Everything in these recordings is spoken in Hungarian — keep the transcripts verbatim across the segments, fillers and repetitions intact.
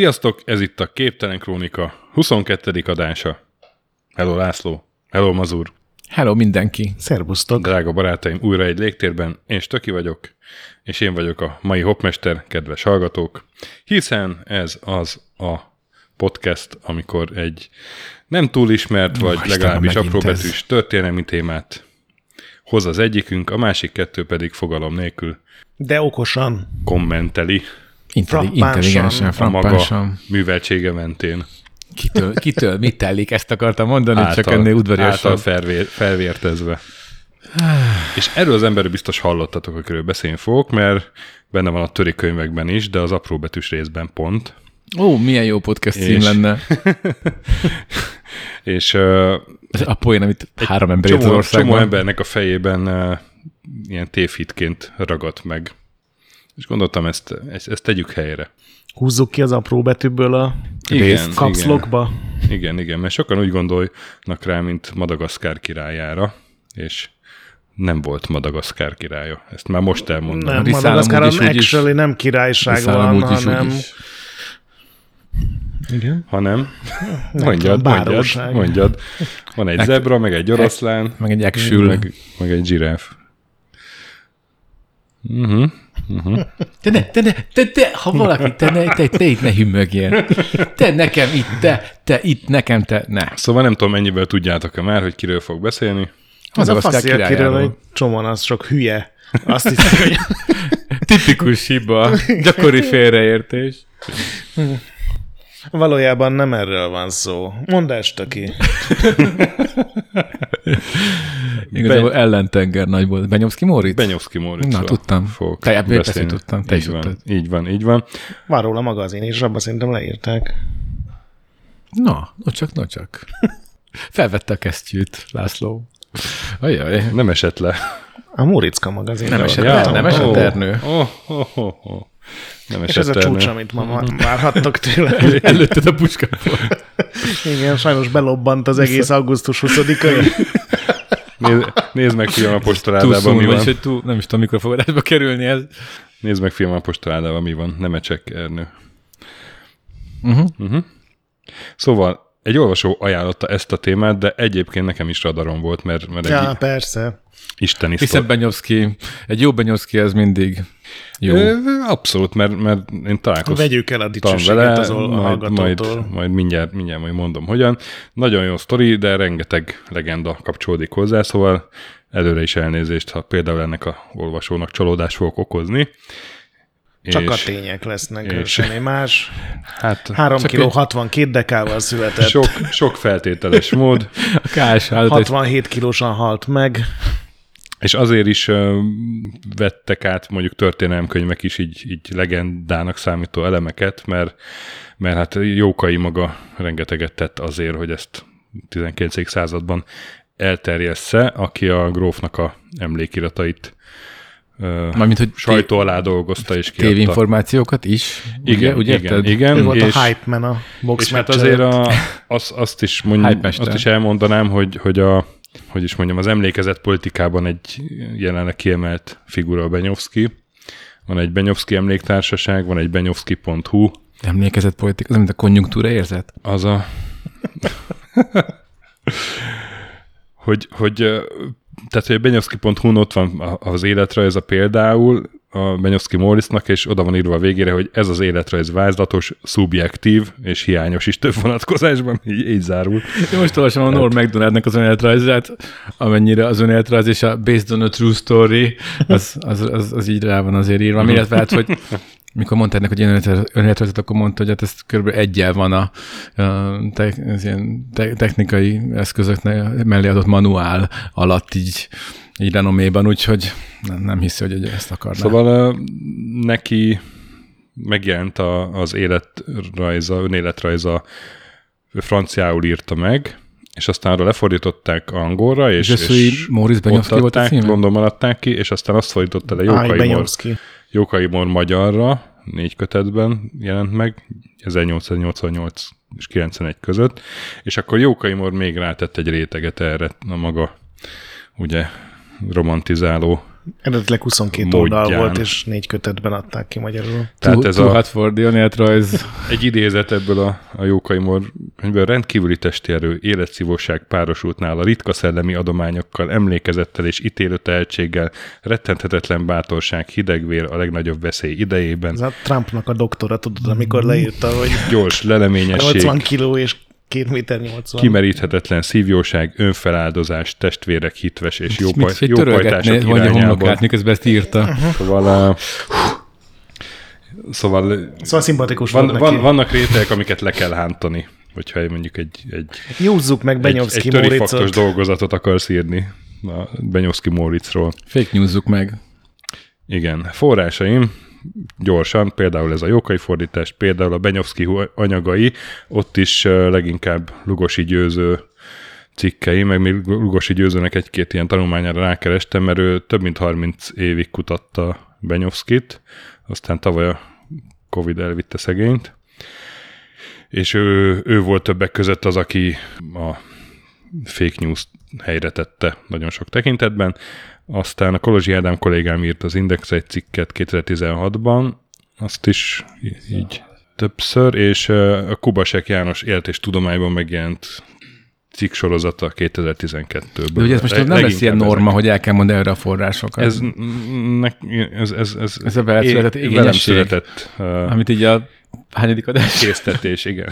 Sziasztok, ez itt a Képtelen Krónika huszonkettedik adása. Hello László, hello Mazur. Hello mindenki. Szervusztok. Drága barátaim, újra egy légtérben. Én Stöki vagyok, és én vagyok a mai hopmester, kedves hallgatók. Hiszen ez az a podcast, amikor egy nem túl ismert, vagy Most legalábbis apróbetűs történelmi témát hoz az egyikünk, a másik kettő pedig fogalom nélkül. De okosan. Kommenteli. Intelli- intelligensen, frappánsan. A maga műveltsége mentén. Kitől, kitől mit tellik, ezt akartam mondani, által, csak ennél udvariasabb. Által felvér, felvértezve. És erről az emberről biztos hallottatok, akiről beszélni fogok, mert benne van a törikönyvekben is, de az apróbetűs részben pont. Ó, milyen jó podcast cím és, lenne. és uh, a poén, amit három ember írt az országban. Csomó embernek a fejében uh, ilyen tévhitként ragadt meg. És gondoltam, ezt, ezt, ezt tegyük helyre. Húzzuk ki az apró betűből a igen, kapszlokba. Igen, igen, igen, mert sokan úgy gondolnak rá, mint Madagaszkár királyára, és nem volt Madagaszkár királya. Ezt már most elmondom. Nem, Madagaszkáron actually nem királyság van, hanem... Igen. Hanem, mondjad, mondjad, mondjad. Van egy zebra, meg egy oroszlán, meg egy eksül, meg, meg egy zsiráf. Uh-huh. Uh-huh. Te ne, te ne, te, te, ha valaki, te, ne, te, te itt ne hümmögjél. Te nekem itt, te, te itt nekem, te ne. Szóval nem tudom, mennyiből tudjátok-e már, hogy kiről fog beszélni. Az a faszi, akiről egy csomóan az sok hülye. Azt hiszem, hogy... Tipikus hiba, gyakori félreértés. Valójában nem erről van szó. Mondd ezt ki. Igazából ben... ellentenger nagy volt. Benyovszky Móricz? Benyovszky Móricz. Na, tudtam. Te persze tudtam. Te így is van, tudtad. így van, így van. Van róla magazin is, abban szerintem leírták. Na, no csak, no csak. Felvette a kesztyűt, László. Ajaj. Nem esett le. A Móriczka magazin. Nem esett ja, le, nem esett oh, Ernő. Oh, oh, oh, oh. Nem és ez a csúcs, amit ma várhattok tőle. Előtted a puskával. Igen, sajnos belobbant az egész augusztus huszadikai. Nézd, nézd meg film a postaládában, mi van. Túl, nem is tudom, mikor fog adásba kerülni ez. Nézd meg film a postaládában, mi van. Nem ecsek, Ernő. Uh-huh. Uh-huh. Szóval egy olvasó ajánlotta ezt a témát, de egyébként nekem is radarom volt, mert... mert ja, egy persze. Isteni szó. Hiszen Benyovszky, egy jó Benyovszky ez mindig jó. Ö, abszolút, mert, mert én találkoztam Vegyük el a dicsőséget az hallgatótól. Majd, majd mindjárt, mindjárt majd mondom, hogyan. Nagyon jó sztori, de rengeteg legenda kapcsolódik hozzá, szóval előre is elnézést, ha például ennek a olvasónak csalódást fogok okozni. Csak és, a tények lesznek, és, semmi más. Hát, három kiló hatvankét dekával született. Sok, sok feltételes mód. A kás hatvanhét kilósan halt meg. És azért is uh, vettek át mondjuk történelemkönyvek is így, így legendának számító elemeket, mert, mert hát Jókai maga rengeteget tett azért, hogy ezt tizenkilencedik században elterjessze, aki a grófnak a emlékiratait uh, Mármint, hogy sajtó alá dolgozta és kiadta. Tévinformációkat is? Igen, ugye, igen, ugye igen. Ő volt és, a hype man a box és hát azért a, az, azt, is mondj, azt is elmondanám, hogy, hogy a hogy is mondjam, az emlékezett politikában egy jelenleg kiemelt figura a Benyovszky. Van egy Benyovszky emléktársaság, van egy benyovszky pont hu. Emlékezett politika, az mint a konjunktúra érzet? Az a... hogy, hogy, tehát, hogy a benyovszky pont hu-n ott van az életrajz a például a Benyovszky Móricznak, és oda van írva a végére, hogy ez az életrajz vázlatos, szubjektív és hiányos is több vonatkozásban, így, így zárul. Én most olvasom a Norm MacDonaldnak az önéletrajzát, amennyire az önéletrajz és a based on a true story, az, az, az, az így rá van azért írva. Mm. Illetve hát, hogy mikor mondta ennek, hogy ilyen önéletrajzot, akkor mondta, hogy hát ez kb. Egyel van a, a te, az ilyen te, technikai eszközök mellé adott manuál alatt így, így renoméban, úgyhogy nem, nem hiszi, hogy ezt akarná. Szóval neki megjelent a, az életrajza, önéletrajza, franciául írta meg, és aztán arra lefordították angolra, és, és ott adták, Londonban adták ki, és aztán azt fordította le Jókai Mór, Jókai Mór magyarra, négy kötetben jelent meg, ezernyolcszáznyolcvannyolc és kilencvenegy között, és akkor Jókai Mór még rátett egy réteget erre a maga, ugye, romantizáló Eredetileg huszonkét módján. oldal volt, és négy kötetben adták ki magyarul. Tehát ez Too a, hot for the önéletrajz. egy idézet ebből a, a Jókai Mór könyvből: rendkívüli testi erő, életszívóság párosult nála ritka szellemi adományokkal, emlékezettel és ítélő tehetséggel, rettenthetetlen bátorság, hidegvér a legnagyobb veszély idejében. Ez a Trumpnak a doktora, tudod, amikor leírta, hogy Gyors leleményesség, nyolcvan kiló és két méter nyolcvan. kimeríthetetlen szívjóság, önfeláldozás, testvérek hitves és jó, Mit paj, jó pajtások vagy a irányából. homlokát, miközben ezt írta. Uh-huh. Szóval, uh, szóval, szóval szimpatikus van, volt van, neki. Vannak rétegek, amiket le kell hántani, hogyha mondjuk egy, egy, Júzzuk meg egy, Benyovszky egy törifaktos Móriczot. dolgozatot akarsz írni a Benyovszky Móriczról. Fake newzzuk meg. Igen. Forrásaim gyorsan, például ez a Jókai fordítás, például a Benyovszky anyagai, ott is leginkább Lugosi Győző cikkei, meg még Lugosi Győzőnek egy-két ilyen tanulmányára rákerestem, mert ő több mint harminc évig kutatta Benyovszkyt, aztán tavaly a Covid elvitte szegényt, és ő, ő volt többek között az, aki a fake news helyre tette nagyon sok tekintetben. Aztán a Kolozsi Ádám kollégám írt az Indexre egy cikket kétezer-tizenhatban, azt is így többször, és a Kubasek János Élet és Tudományban megjelent cikk sorozata kétezer-tizenkettőből. De ugye ez most nem Leginkább lesz ilyen norma, ezek. hogy el kell mondani erre a forrásokat. Ez, ne, ez, ez, ez, Ez a veled született velem igényesség, született uh, amit így a hányadik adás? késztetés, igen.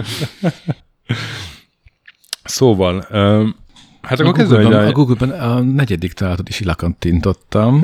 Szóval, um, hát akkor A kezdve, Google-ban, hogy a Google-ban a negyedik találatot is ilakantintottam.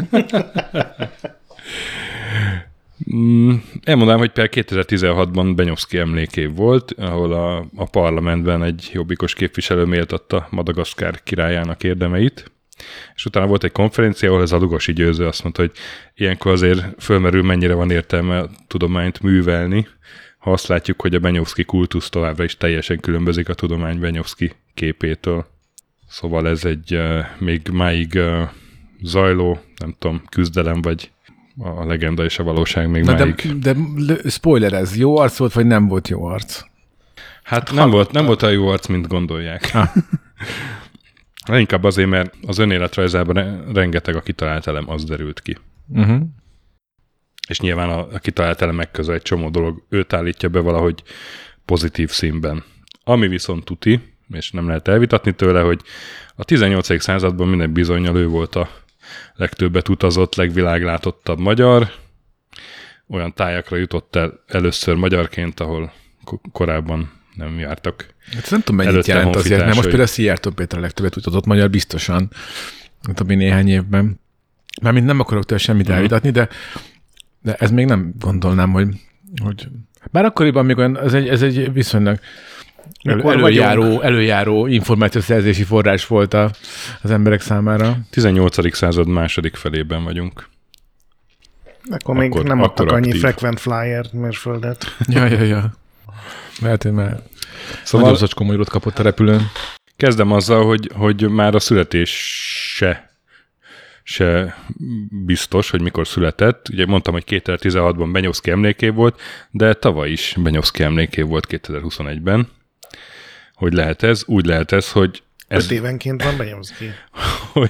Mm, elmondanám, hogy például kétezer-tizenhatban Benyovszky emlékév volt, ahol a, a parlamentben egy jobbikos képviselő méltatta Madagaszkár királyának érdemeit, és utána volt egy konferencia, ahol ez a Lugosi Győző azt mondta, hogy ilyenkor azért fölmerül, mennyire van értelme a tudományt művelni, ha azt látjuk, hogy a Benyovszky kultusz továbbra is teljesen különbözik a tudomány Benyovszky képétől. Szóval ez egy uh, még máig uh, zajló, nem tudom, küzdelem, vagy a legenda és a valóság még Na máig. de, de spoiler, ez jó arc volt, vagy nem volt jó arc? Hát nem volt, nem volt olyan jó arc, mint gondolják. Inkább azért, mert az önéletrajzában rengeteg a kitalált elem, az derült ki. Uh-huh. És nyilván a, a kitalált elemek közül egy csomó dolog őt állítja be valahogy pozitív színben. Ami viszont tuti, és nem lehet elvitatni tőle, hogy a tizennyolcadik században minden bizonnyal ő volt a legtöbbet utazott, legviláglátottabb magyar. Olyan tájakra jutott el először magyarként, ahol ko- korábban nem jártak. Hát nem tudom, mennyit Előtte jelent azért, mert most honfitársai. például Szijjártó Péter a legtöbbet utazott magyar biztosan, mint ami néhány évben. Mármint nem akarok tőle semmit Mhm. elvitatni, de, de ez még nem gondolnám, hogy, hogy bár akkoriban még olyan, ez egy, ez egy viszonylag elő, Mikor előjáró, vagyunk? előjáró információszerzési forrás volt a, az emberek számára. tizennyolcadik század második felében vagyunk. Akkor még Akkor- nem akkor adtak annyi aktív. frequent flyer mérföldet. Ja, ja, ja. Lehet, hogy már Szóval szóval nagyobb zacskó magyarot kapott a repülőn. kezdem azzal, hogy, hogy már a születése se biztos, hogy mikor született. Ugye mondtam, hogy kétezer-tizenhatban Benyovszky emlékév volt, de tavaly is Benyovszky emlékév volt kétezer-huszonegyben. Hogy lehet ez? Úgy lehet ez, hogy ez, Öt évenként van Benyovszky. hogy,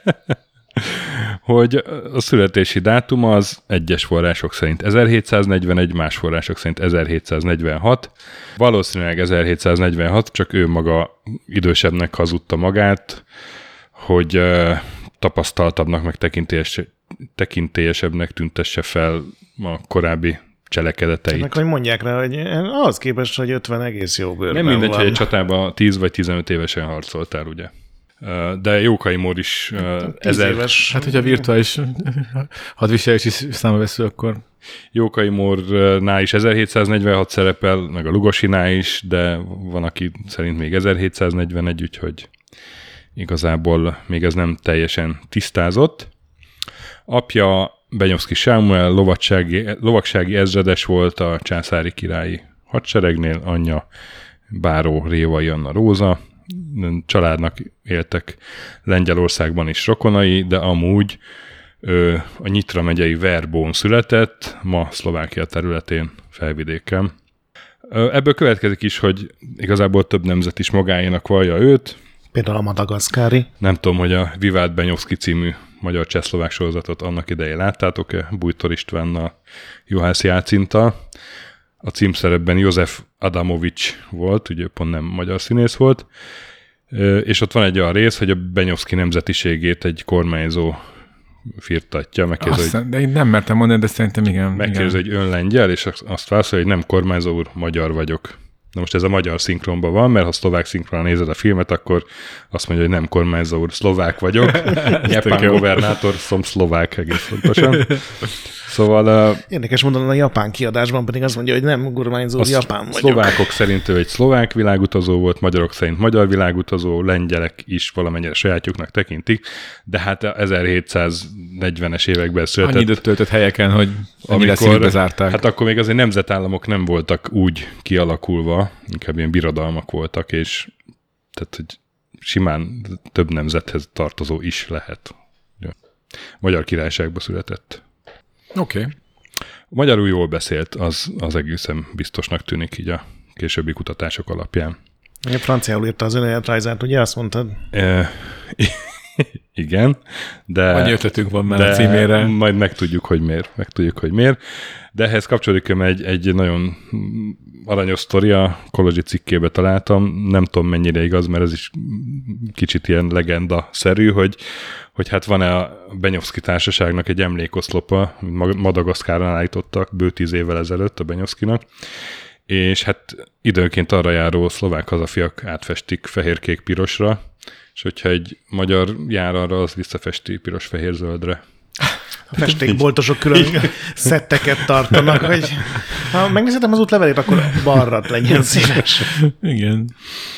hogy a születési dátum az egyes források szerint ezerhétszáznegyvenegy, más források szerint ezerhétszáznegyvenhat. Valószínűleg ezerhétszáznegyvenhat, csak ő maga idősebbnek hazudta magát, hogy uh, tapasztaltabbnak, meg tekintélyes, tekintélyesebbnek tüntesse fel a korábbi cselekedeteit. Meg hogy mondják rá, hogy ahhoz képest, hogy ötven egész jó bőrben Nem mindegy, van. hogy egy csatában tíz vagy tizenöt évesen harcoltál, ugye. De Jókai Mór is Tíz ezer... éves. Hát, hogyha virtuális hadviselés is számba vesző, akkor Jókai Mórnál is ezerhétszáznegyvenhat szerepel, meg a Lugosinál is, de van, aki szerint még ezerhétszáznegyvenegy, úgyhogy igazából még ez nem teljesen tisztázott. Apja Benyovszky Sámuel lovacsági, lovagsági ezredes volt a császári királyi hadseregnél, anyja báró Révai Anna Róza. Családnak éltek Lengyelországban is rokonai, de amúgy ő a Nyitra megyei Verbón született, ma Szlovákia területén, felvidéken. Ebből következik is, hogy igazából több nemzet is magáénak vallja őt. Például a madagaszkári. Nem tudom, hogy a Vivált Benyovszky című magyar-csehszlovák sorozatot annak idején láttátok-e? Bújtor Istvánnal, Juhász Jácintal. A címszerepben József Adamovics volt, ugye pont nem magyar színész volt, és ott van egy olyan rész, hogy a Benyovszky nemzetiségét egy kormányzó firtatja. Megkérdezi, hogy, de én nem mertem mondani, de szerintem igen. Megkérdezi, hogy ön lengyel, és azt válaszolja, hogy nem kormányzó úr, magyar vagyok. Na most ez a magyar szinkronban van, mert ha szlovák szinkronon nézed a filmet, akkor azt mondja, hogy nem kormányzó úr, szlovák vagyok. Japán governátor, szom szlovák egész pontosan. Szóval... Érdekes mondanom, a japán kiadásban pedig azt mondja, hogy nem kormányzó úr, japán vagyok. Szlovákok szerint ő egy szlovák világutazó volt, magyarok szerint magyar világutazó, lengyelek is valamennyire sajátjuknak tekintik, de hát ezerhétszáznegyvenes években született. Annyi időt töltött helyeken, hogy amire szívbe zárták. Hát akkor még azért nemzetállamok nem voltak úgy kialakulva, inkább ilyen birodalmak voltak, és tehát, hogy simán több nemzethez tartozó is lehet. Magyar Királyságba született. Oké. Okay. Magyarul jól beszélt, az, az egészen biztosnak tűnik így a későbbi kutatások alapján. A franciául írta az önéletrajzát, ugye azt mondtad? E, igen, de... Annyi ötletünk van már a címére. Majd megtudjuk, hogy miért. Megtudjuk, hogy miért. De ehhez kapcsolódik egy, egy nagyon aranyos sztori, a Kolozsi cikkébe találtam. Nem tudom, mennyire igaz, mert ez is kicsit ilyen legenda-szerű, hogy, hogy hát van-e a Benyovszky társaságnak egy emlékoszlopa, Madagaszkáron állítottak bő tíz évvel ezelőtt a Benyovszkynak, és hát időnként arra járó szlovák hazafiak átfestik fehér-kék-pirosra, és hogyha egy magyar jár arra, az visszafesti piros-fehér-zöldre. A festékboltosok külön szetteket tartanak, hogy ha megnézhetem az útlevelét, akkor balra legyen szíves. Igen.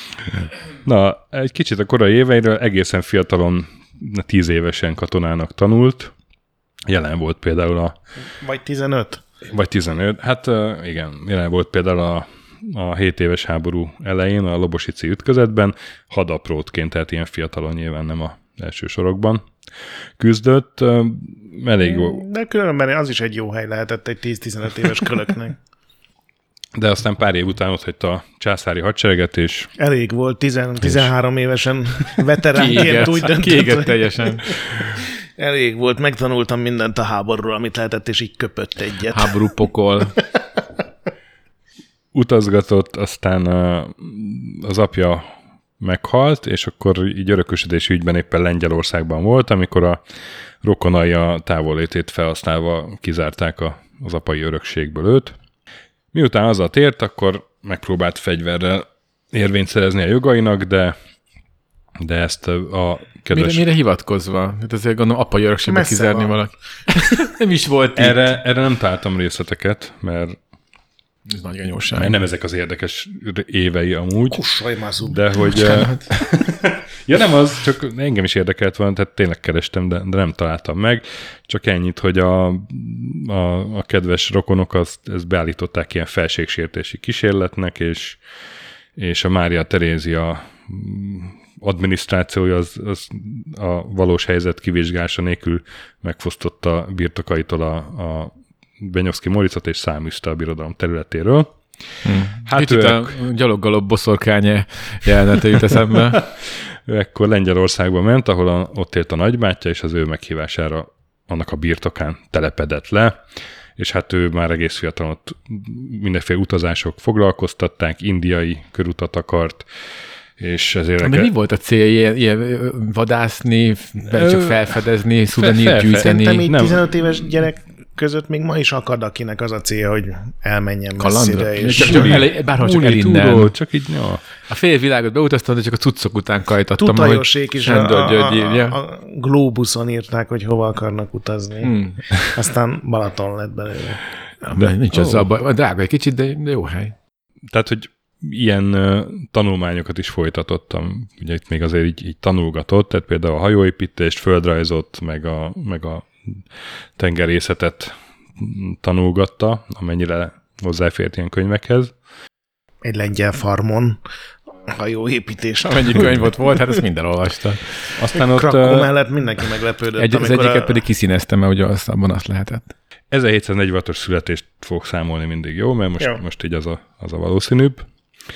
Na, egy kicsit a korai éveiről egészen fiatalon, tíz évesen katonának tanult. Jelen volt például a... Vagy tizenöt. Vagy tizenöt. Hát igen, jelen volt például a, a hét éves háború elején a Lobosici ütközetben, hadaprótként, tehát ilyen fiatalon nyilván nem a első sorokban küzdött. Elég jó. De különben az is egy jó hely lehetett egy tíz-tizenöt éves kölöknek. De aztán pár év után ott hagyta a császári hadsereget, és... Elég volt, tizenhárom évesen veteránként úgy döntött. Kiégett teljesen. Elég volt, megtanultam mindent a háborúról, amit lehetett, és így köpött egyet. Háború pokol. Utazgatott, aztán az apja meghalt, és akkor így örökösödési ügyben éppen Lengyelországban volt, amikor a rokonai a távollétét felhasználva kizárták a, az apai örökségből őt. Miután hazatért, akkor megpróbált fegyverrel érvényt szerezni a jogainak, de, de ezt a kedves... Mire, mire hivatkozva? Hát azért gondolom, apai örökségbe kizárni valaki. Nem is volt erre, erre nem találtam részleteket, mert ez nagy ganyóság. Nem ezek az érdekes évei amúgy. Kussolj már zub. De hogy... ja nem az, csak engem is érdekelt volna, tehát tényleg kerestem, de, de nem találtam meg. Csak ennyit, hogy a, a, a kedves rokonok azt, ezt beállították ilyen felségsértési kísérletnek, és, és a Mária Terézia adminisztrációja az, az a valós helyzet kivizsgálása nélkül megfosztotta birtokaitól a, a Benyovszky Móricot és száműzte a birodalom területéről. Hmm. Hát kicsit ők... a gyaloggalop boszorkány jelenete jut eszembe. Ő ekkor Lengyelországba ment, ahol a, ott élt a nagybátyja, és az ő meghívására annak a birtokán telepedett le, és hát ő már egész fiatalon ott mindenféle utazások foglalkoztatták, indiai körutat akart, és ezért... De mi volt a célja? Ilyen, ilyen vadászni, csak felfedezni, szuvenírt gyűjteni? Szerintem így tizenöt éves gyerek között még ma is akad, akinek az a célja, hogy elmenjen Kalandra. messzire. És csak, csak el, bárhol csak el innen. Túró, csak így, ja. A fél világot beutaztam, de csak a cuccok után kajtattam. Tutajosék is a, a, a, a Globuson írták, hogy hova akarnak utazni. Hmm. Aztán Balaton lett belőle. De nincs oh. azzal baj. Drága egy kicsit, de, de jó hely. Tehát, hogy ilyen uh, tanulmányokat is folytatottam. Ugye itt még azért így, így tanulgatott, tehát például a hajóépítést, földrajzot, meg a, meg a tengerészetet tanulgatta, amennyire hozzáfért ilyen könyvekhez. Egy lengyel farmon hajóépítés. Amennyi könyv ott volt, hát ezt minden olvasta. Aztán ott... Krakó mellett mindenki meglepődött. Egy, az egyiket a... pedig kiszíneztem, mert ugye azt, abban azt lehetett. ezerhétszáznegyvenhatos születést fog számolni mindig, jó? Mert most, most így az a, az a valószínűbb.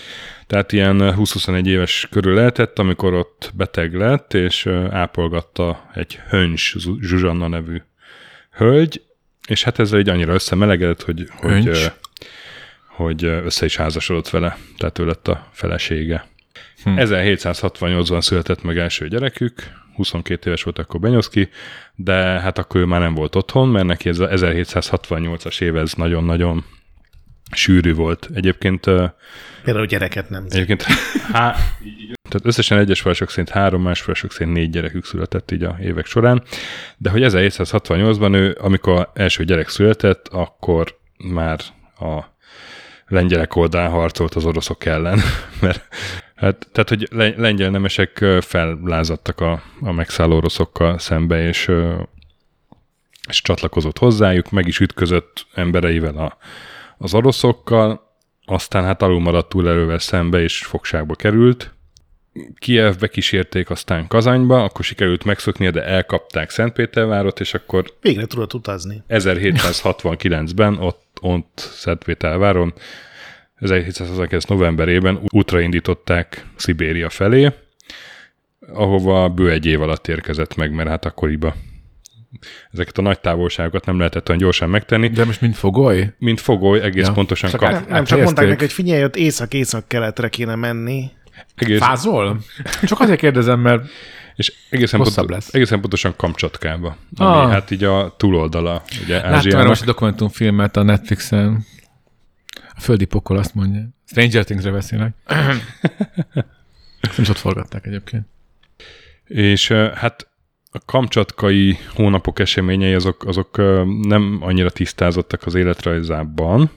Tehát ilyen húsz-huszonegy éves körül lehetett, amikor ott beteg lett, és ápolgatta egy Höncs Zsuzsanna nevű hölgy, és hát ezzel így annyira összemelegedett, hogy, hogy, hogy össze is házasodott vele, tehát ő lett a felesége. Hm. ezerhétszázhatvannyolcban született meg első gyerekük, huszonkét éves volt akkor Benyovszky, de hát akkor ő már nem volt otthon, mert neki ez az ezerhétszázhatvannyolcas év ez nagyon-nagyon sűrű volt. Egyébként... Például gyereket nem. Egyébként há, tehát összesen egyes források szerint három, más források szerint négy gyerekük született így a évek során, de hogy ezerhétszázhatvannyolcban ő, amikor első gyerek született, akkor már a lengyelek oldalán harcolt az oroszok ellen, mert hát, tehát, hogy lengyel nemesek fellázadtak a, a megszálló oroszokkal szembe, és, és csatlakozott hozzájuk, meg is ütközött embereivel a, az oroszokkal, aztán hát alulmaradt túlerővel szembe, és fogságba került. Kijevbe kísérték, aztán Kazanyba, akkor sikerült megszöknie, de elkapták Szentpétervárot, és akkor végre tudott utazni. ezerhétszázhatvankilencben ott, ott Szentpéterváron ezerhétszázhatvankilenc novemberében útra indították Szibéria felé, ahova bő egy év alatt érkezett meg, mert hát akkoriban ezeket a nagy távolságokat nem lehetett olyan gyorsan megtenni. De most mint fogoly? Mint fogoly, egész ja. pontosan csak kap. Nem, nem csak mondták neki, hogy figyelj, ott észak-észak-keletre kéne menni. Egész... Fázol? Csak azért kérdezem, mert és egészen, pont, lesz. egészen pontosan Kamcsatkába, ami ah. hát így a túloldala ugye Ázsiának. Láttam már most a dokumentumfilmet a Netflixen. A földi pokol azt mondja. Stranger Things-re beszélek. Nem is ott forgatták egyébként. És hát a kamcsatkai hónapok eseményei azok, azok nem annyira tisztázottak az életrajzában.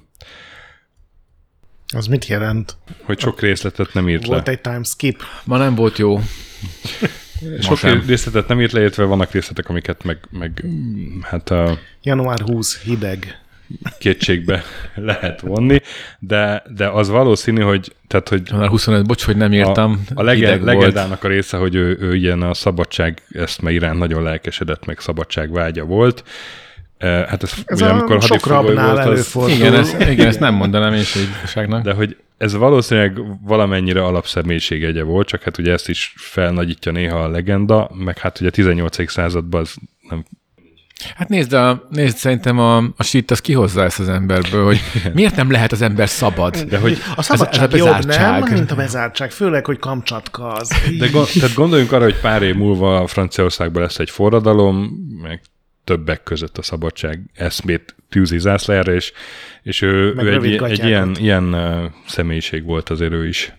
Az mit jelent? Hogy sok részletet nem írt volt le. Volt egy time skip. Ma nem volt jó. Sok sem. részletet nem írt le, illetve vannak részletek, amiket meg, meg hát a... január huszadika hideg. Kétségbe lehet vonni, de, de az valószínű, hogy... Tehát, hogy január huszonötödike, bocs, hogy nem írtam. A, a legend, legendának a része, hogy ő, ő ilyen a szabadság eszme iránt nagyon lelkesedett, meg szabadságvágya volt. Hát ez, ez ugye, amikor sok rabnál előfordul. Igen, ezt, igen, ezt nem mondanám én se igazságnak. De hogy ez valószínűleg valamennyire alapszemélyiségegye volt, csak hát ugye ezt is felnagyítja néha a legenda, meg hát ugye a tizennyolcadik században az nem... Hát nézd, a, nézd szerintem a, a shit az kihozza ezt az emberből, hogy miért nem lehet az ember szabad? De hogy a szabadság ez, ez a jobb, nem? Mint a bezártság, főleg, hogy Kamcsatka az. De gond, tehát gondoljunk arra, hogy pár év múlva Franciaországban lesz egy forradalom, meg többek között a szabadság eszmét tűzi zászlájára, és, és ő, ő egy, egy ilyen, ilyen személyiség volt azért ő is.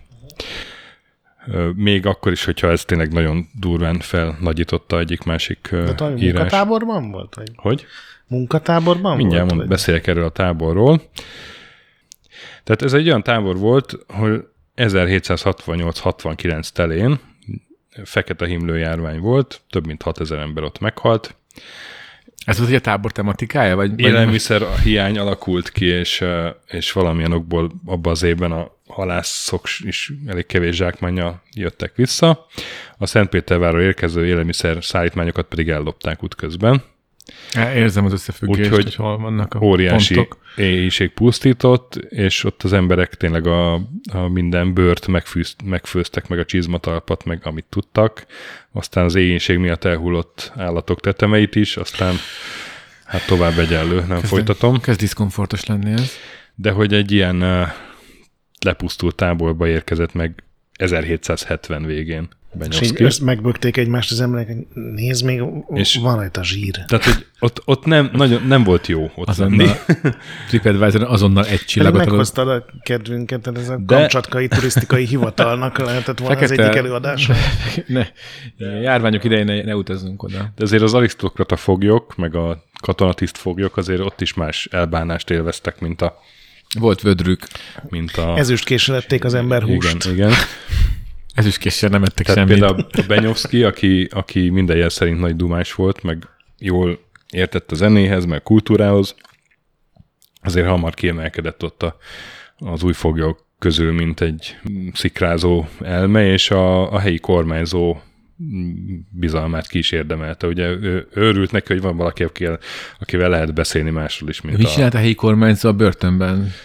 Még akkor is, hogyha ez tényleg nagyon durván felnagyította egyik-másik írás. De munkatáborban volt? Vagy? Hogy? Munkatáborban Mindjárt volt? Mindjárt beszéljek erről a táborról. Tehát ez egy olyan tábor volt, hogy ezerhétszázhatvannyolc hatvankilenc telén fekete himlő járvány volt, több mint hatezer ember ott meghalt. Ez volt, hogy a tábor tematikája? Vagy, élelmiszer vagy... hiány alakult ki, és, és valamilyen okból abban az évben a halászok is elég kevés zsákmánnyal jöttek vissza. A Szentpétervárról érkező élelmiszer szállítmányokat pedig ellopták útközben. Érzem az összefüggést, úgyhogy hogy hol vannak a óriási pontok. éhínség pusztított, és ott az emberek tényleg a, a minden bőrt megfűzt, megfőztek, meg a csizmatalpat, meg amit tudtak. Aztán az éhínség miatt elhullott állatok tetemeit is, aztán hát tovább egyenlő, nem kezd, folytatom. Kezd diszkomfortos lenni ez. De hogy egy ilyen uh, lepusztult táborba érkezett meg ezerhétszázhetven végén. És ezt megbökték egymást az emberek, nézd, még és van rajta zsír. Tehát, hogy ott, ott nem, nagyon, nem volt jó ott lenni. TripAdvisor azonnal egy csillagot. Meghoztad a kedvünket, ez a de... kamcsatkai turisztikai hivatalnak lehetett volna Fekete... az egyik előadása. Ne, járványok idején ne, ne utazzunk oda. De azért az arisztokrata foglyok, meg a katonatiszt foglyok azért ott is más elbánást élveztek, mint a... Volt vödrük. Mint a... Ezüstkéssel ették az ember húst. Igen, igen. Ez is késsel nem ettek Tehát semmit. Például a Benyovszky, aki, aki minden jel szerint nagy dumás volt, meg jól értett a zenéhez, meg kultúrához, azért hamar kiemelkedett ott a, az új foglyok közül, mint egy szikrázó elme, és a, a helyi kormányzó bizalmát ki is érdemelte. Ugye ő, ő örült neki, hogy van valaki, akivel, akivel lehet beszélni másról is, mint Mit a... csinált a helyi kormányzó a börtönben?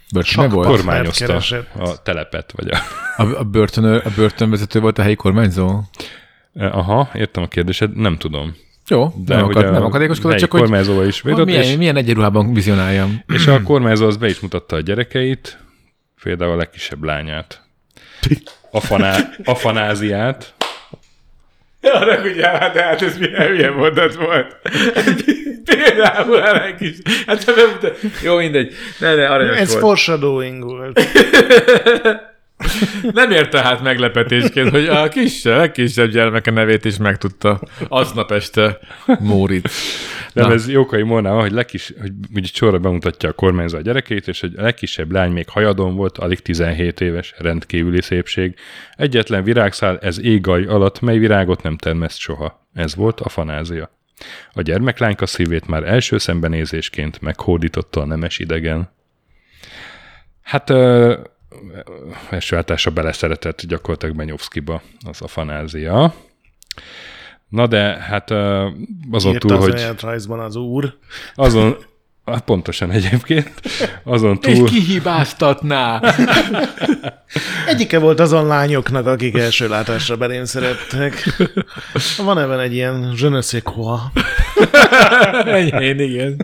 Börtönbe volt? Kormányozta a telepet, vagy a... A, a, börtön, a börtönvezető volt a helyi kormányzó? Aha, értem a kérdésed, nem tudom. Jó, de nem, akar, nem akadékoskodott, csak hogy is védott, milyen, és, milyen egyenruhában vizionáljam. És a kormányzó az be is mutatta a gyerekeit, például a legkisebb lányát. Afaná, afanáziát. Ja, de ugye, de hát ez milyen hülye mondat volt. Például a legkisebb. Hát te bemutat. Jó, mindegy. Ne, ne, aranyos ez volt. foreshadowing volt. Nem érte hát meglepetésként, hogy a kis, legkisebb gyermeke nevét is megtudta aznap este Móricz. Nem, ez Jókai Mornával, hogy, legkis, hogy úgy sorra bemutatja a kormányzó a gyerekét, és hogy a legkisebb lány még hajadon volt, alig tizenhét éves, rendkívüli szépség. Egyetlen virágszál, ez égaj alatt, mely virágot nem termeszt soha. Ez volt a fanázia. A gyermeklányka szívét már első szembenézésként meghódította a nemes idegen. Hát... Ö- első áltása beleszeretett gyakorlatilag Benyovszkiba az a fanázia. Na de hát azon írta túl, az hogy... önéletrajzban az úr. Azon, hát pontosan egyébként, azon túl... És kihibáztatná! Egyike volt azon lányoknak, akik első látásra belém szerettek. Van ebben egy ilyen je ne sais quoi. Én igen.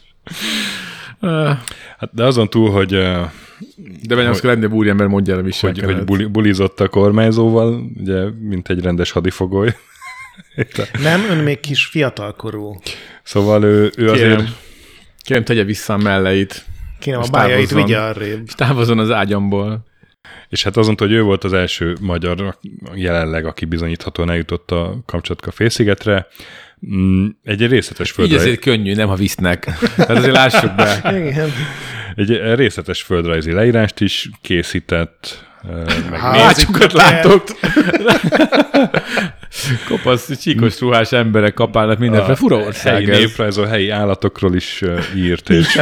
Hát de azon túl, hogy... De Benyovszki legnagyobb úriember, mondja el a hogy, hogy buli, bulizott a kormányzóval, ugye, mint egy rendes hadifogoly. Nem, ön még kis fiatalkorú. Szóval ő, ő azért... Kérem, tegye vissza a melleit. Kérem, a bájait vigye arrébb. És távozzon az ágyamból. És hát azon, hogy ő volt az első magyar jelenleg, aki bizonyíthatóan eljutott a Kamcsatka-félszigetre, egy részletes földrajz... Így azért könnyű, nem ha visznek. Tehát azért lássuk be. Igen. Egy részletes földrajzi leírást is készített. Meg Hácsukat látok. Kopasz, csíkos ruhás emberek kapálnak mindenféle fura ország. Helyi néprajzol, helyi állatokról is írt. És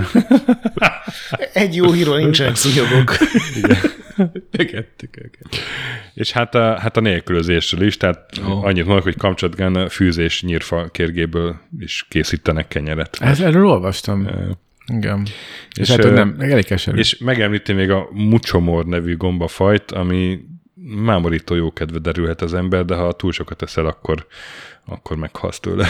egy jó híró, nincsenek szúnyogok. És hát a, hát a nélkülözésről is, tehát oh. annyit mondok, hogy Kamcsatkán fűzés nyírfa kérgéből is készítenek kenyeret. Ez, erről olvastam. Uh, Igen. És, és hát, hogy nem, elég keserű. És megemlíti még a mucsomor nevű gombafajt, ami mámorító jókedve derülhet az ember, de ha túl sokat eszel, akkor, akkor meghalsz tőle.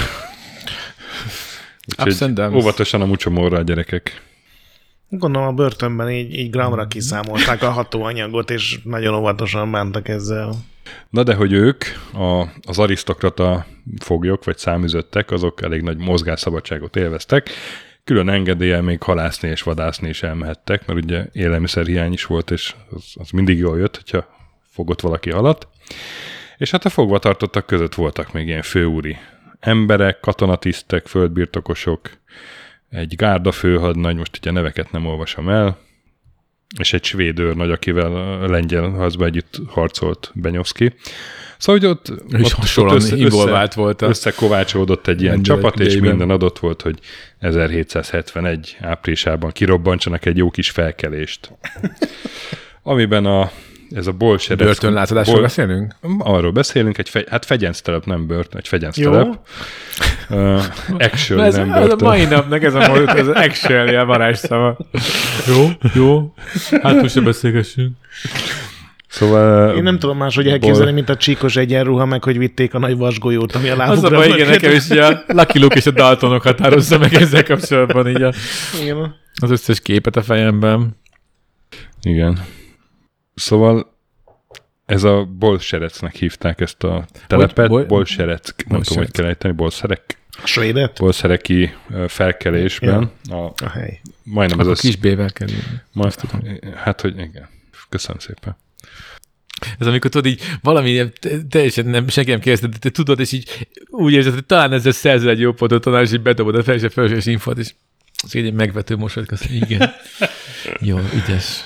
Úgyhogy óvatosan a mucsomorra a gyerekek. Gondolom a börtönben így, így gramra kiszámolták a hatóanyagot, és nagyon óvatosan bántak ezzel. Na de hogy ők, a, az arisztokrata foglyok, vagy száműzöttek, azok elég nagy mozgásszabadságot élveztek, külön engedéllyel még halászni és vadászni is elmehettek, mert ugye élelmiszerhiány is volt, és az, az mindig jól jött, hogyha fogott valaki halat. És hát a fogvatartottak között voltak még ilyen főúri emberek, katonatisztek, földbirtokosok, egy gárda főhadnagy, most ugye a neveket nem olvasom el, és egy svéd őrnagy, akivel a lengyel harcban együtt harcolt Benyovszki. Szóval, hogy ott, ott, hasonlóan össze, involvált volt. Összekovácsolódott egy ilyen csapat, és minden adott volt, hogy ezerhétszázhetvenegy áprilisában kirobbantsanak egy jó kis felkelést. Amiben a ez a bolserec... Börtönlátadásról bol... beszélünk? Arról beszélünk, egy fe... hát fegyenctelep, nem börtön, egy fegyenctelep. Uh, actually, ez, nem börtön. Ez a mai napnak ez a mód, ez az actually a varázsszava. Jó, jó, hát most se beszélgessünk. Szóval... Én nem tudom máshogy elképzelni, bol... mint a csíkos egyenruha, meg hogy vitték a nagy vasgolyót, ami a lábukra... Az a baj, igen, nekem is a Lucky Luke és a Daltonok határozza meg ezzel kapcsolatban így a... Igen. Az összes képet a fejemben. Igen. Szóval ez a bolserecnek hívták ezt a telepet, bol, bolserec, nem bol tudom, hogy kell ejteni, bolszerek. A svédet? Bolszereki felkelésben. Ja. A, a hely. Majdnem akkor ez a... kis B-vel kell írni. Majd, hát, hogy igen. Köszönöm szépen. Ez amikor tudod így valami teljesen nem, senki nem kérdezte, de te tudod, és így úgy érzed, hogy talán ezzel szerzel egy jó pontot, talán és így bedobod a fel, és a felsős infót, és az egy megvető mosolyt, azt igen. Jó, ügyes.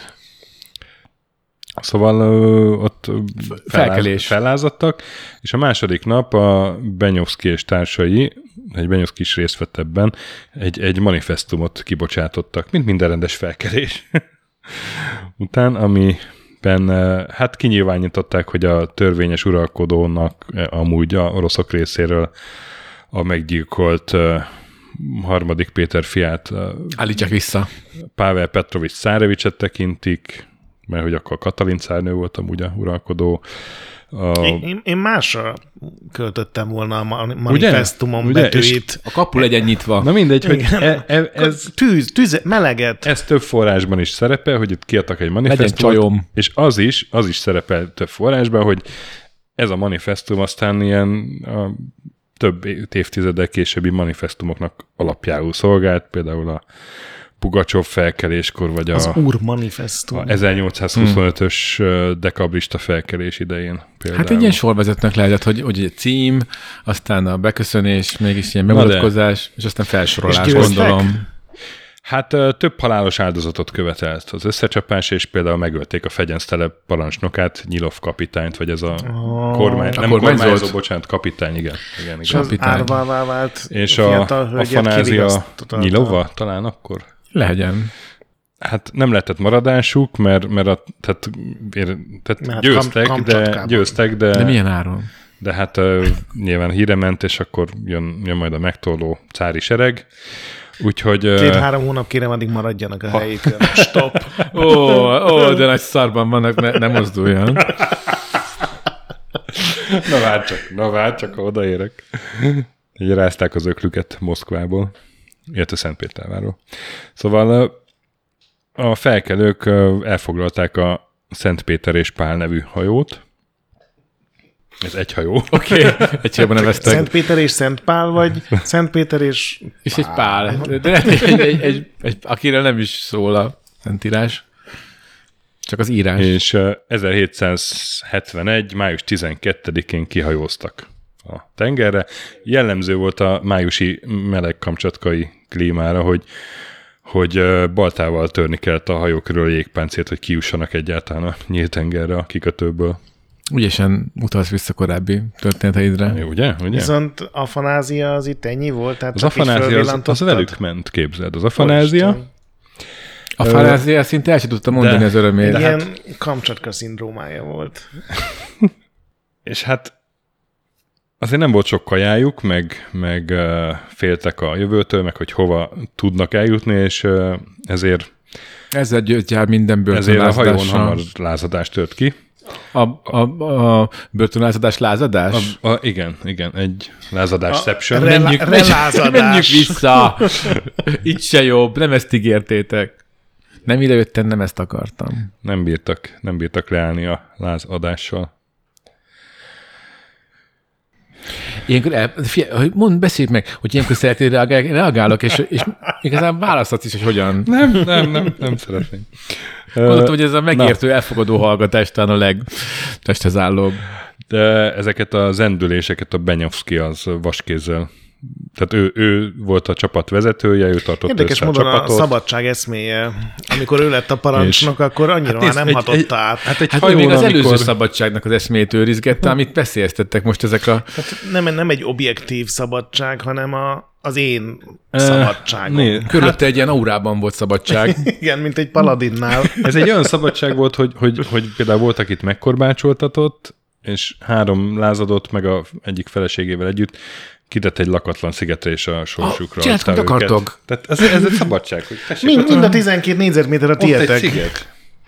Szóval ö, ott felkelés. fellázadtak, és a második nap a Benyovszki és társai, egy Benyovszki is részt vett ebben, egy, egy manifestumot kibocsátottak, mint minden rendes felkelés. Után, amiben hát kinyilvánították, hogy a törvényes uralkodónak amúgy a oroszok részéről a meggyilkolt harmadik Péter fiát, Állítsák vissza. Pável Petrovics Czárevicset tekintik, mert hogy akkor Katalin cárnő volt amúgy a uralkodó. A... Én, én másra költöttem volna a manifestumon Ugye? betűit. A kapu legyen nyitva. Na mindegy, hogy e, e, ez, Tűz, tűz, meleget. ez több forrásban is szerepel, hogy itt kiadtak egy Legyen manifestumot, csajom. és az is, az is szerepel több forrásban, hogy ez a manifestum aztán ilyen a több évtizeddel későbbi manifestumoknak alapjául szolgált, például a Pugacsov felkeléskor, vagy Az a, Úr manifestum. a ezernyolcszázhuszonötös hmm. dekabrista felkelés idején például. Hát egy ilyen sorvezetnek lehetett, hogy, hogy egy cím, aztán a beköszönés, mégis ilyen Na bemutatkozás, és aztán felsorolás, És győztek? gondolom. Hát több halálos áldozatot követelt az összecsapás, és például megölték a fegyensztelep parancsnokát, Nyilov kapitányt, vagy ez a Oh. kormány, A nem kormányzó? kormányzó, bocsánat, kapitány, igen. igen, És igen. az Kapitány. árvává vált És a fiatal hölgyet Afanázia kivigasztotta. Nyilova talán akkor? Legyen. Hát nem lehetett maradásuk, mert, mert, a, tehát, ér, tehát Mert győztek, Kam- de, Kamcsatkában. győztek, de, De milyen áron? de hát uh, nyilván híre ment, és akkor jön, jön majd a megtorló cári sereg. Úgyhogy... Uh, Két-három hónap kérem, addig maradjanak a helyükön. Stop. Ó, ó, de nagy szarban vannak, ne, ne mozduljon. na várj csak, na várj csak, ha odaérek. Így rázták az öklüket Moszkvából, illetve Szentpétervárról. Szóval uh, a felkelők uh, elfoglalták a Szent Péter és Pál nevű hajót. Ez egy hajó. Oké, okay. egy csajban neveztek. Szent Péter és Szent Pál, vagy Szent Péter és... És egy pál. De lehet, hogy egy, egy, egy, egy, akire nem is szól a szentírás. Csak az írás. És uh, ezerhétszázhetvenegy. május tizenkettedikén kihajóztak a tengerre. Jellemző volt a májusi meleg kamcsatkai klímára, hogy, hogy uh, baltával törni kellett a hajó körül a jégpáncélt, hogy kijussanak egyáltalán a nyílt tengerre a kikötőből. Ügyesen utalsz vissza korábbi történeteidre. Jó, ugye? ugye? Viszont Afanázia az itt ennyi volt? Tehát Az csak így Afanázia az, az fölvillantottad? velük ment, képzeld. Az Afanázia. Úristen. A Fanázia szinte el sem tudta mondani de- az örömét. Egy de ilyen hát- Kamcsatka szindrómája volt. És hát azért nem volt sok kajájuk, meg, meg uh, féltek a jövőtől, meg hogy hova tudnak eljutni, és uh, ezért, Ezzel győztjál minden ezért a hajón börtönlázadással. hamar lázadás tört ki. A, a, a börtönlázadás lázadás? A, a, igen, igen, egy lázadásception. Rel- Menjünk, relázadás. menjünk vissza! Itt se jobb, nem ezt ígértétek. Nem ide jöttem, nem ezt akartam. Nem bírtak, nem bírtak leállni a lázadással. Ilyenkor, el, figyelj, mondd, beszélj meg, hogy ilyenkor szeretnél reagálni, én reagálok, és, és igazán választhatsz is, hogy hogyan. Nem, nem, nem, nem szeretném. Gondoltam, hogy ez a megértő, elfogadó hallgatás talán a legtesthez állóbb. De ezeket a zendüléseket a Benyovszki az vaskézzel. Tehát ő, ő volt a csapat vezetője, ő tartott Érdekes össze a módon a csapatot. szabadság eszméje, amikor ő lett a parancsnok, akkor annyira nézd, már nem egy- hatotta egy- át. Hát egy Hát hajón, ő még az amikor... előző szabadságnak az eszmét őrizgette, amit beszéltettek most ezek a... Nem, nem egy objektív szabadság, hanem a, az én Eh, szabadságom. né, Körülötte egy ilyen aurában volt szabadság. Igen, mint egy paladinnál. Ez egy olyan szabadság volt, hogy, hogy, hogy például volt, akit megkorbácsoltatott, és három lázadott meg a egyik feleségével együtt, kitett egy lakatlan szigetre és a sorsukra. Ah, csinált, hagyta amit őket. akartok. Tehát ez, ez egy szabadság, hogy tessék, Mind, ott, mind a tizenkét négyzetméter a ott egy tietek. sziget.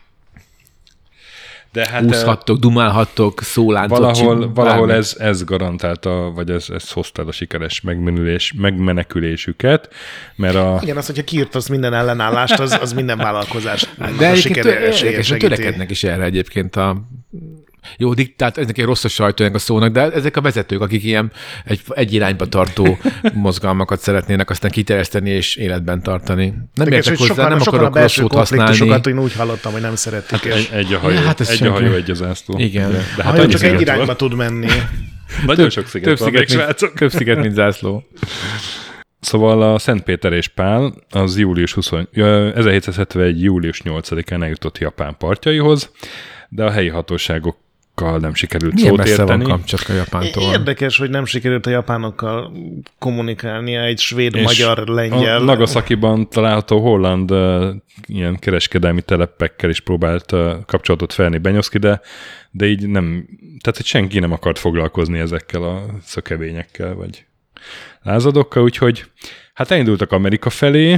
De hát Úszhattok, dumálhattok, szóláncot valahol, csin- valahol bármi. ez, ez garantálta, vagy ez, ez hozta a sikeres megmenülés, megmenekülésüket, mert a... Igen, az, hogyha kiirtasz minden ellenállást, az, az minden vállalkozás De a egyébként tö- sikeres érdekes, hogy törekednek is erre egyébként a jó diktát, ezek egy rossz a sajtónak a szónak, de ezek a vezetők, akik ilyen egy, egy irányba tartó mozgalmakat szeretnének aztán kiterjeszteni és életben tartani. Nem Érdekes, értek hogy hozzá, sokan, nem sokan akarok a rossz belső szót használni. konfliktusokat én úgy hallottam, hogy nem szeretik. Hát és egy, egy a hajó, Ja, ja, hát ez egy a senki. hajó, egy az zászló. Igen. De, de a hát hajó annyi csak egy sziget irányba van. tud menni. Nagyon sok sziget Több van, sziget, még mint, srácok. több sziget, mint zászló. Szóval a Szent Péter és Pál az július huszonöt, ezerhétszázhetvenegy. július nyolcadikán eljutott Japán partjaihoz, de a helyi hatóságokkal nem sikerült Milyen szót messze van érteni. Kamcsatka Japántól? Érdekes, hogy nem sikerült a japánokkal kommunikálnia egy svéd, És magyar, lengyel. A Nagasakiban található holland uh, ilyen kereskedelmi telepekkel is próbált uh, kapcsolatot felni Benyovszki, de, de így nem, tehát hogy senki nem akart foglalkozni ezekkel a szökevényekkel, vagy lázadokkal, úgyhogy Hát elindultak Amerika felé,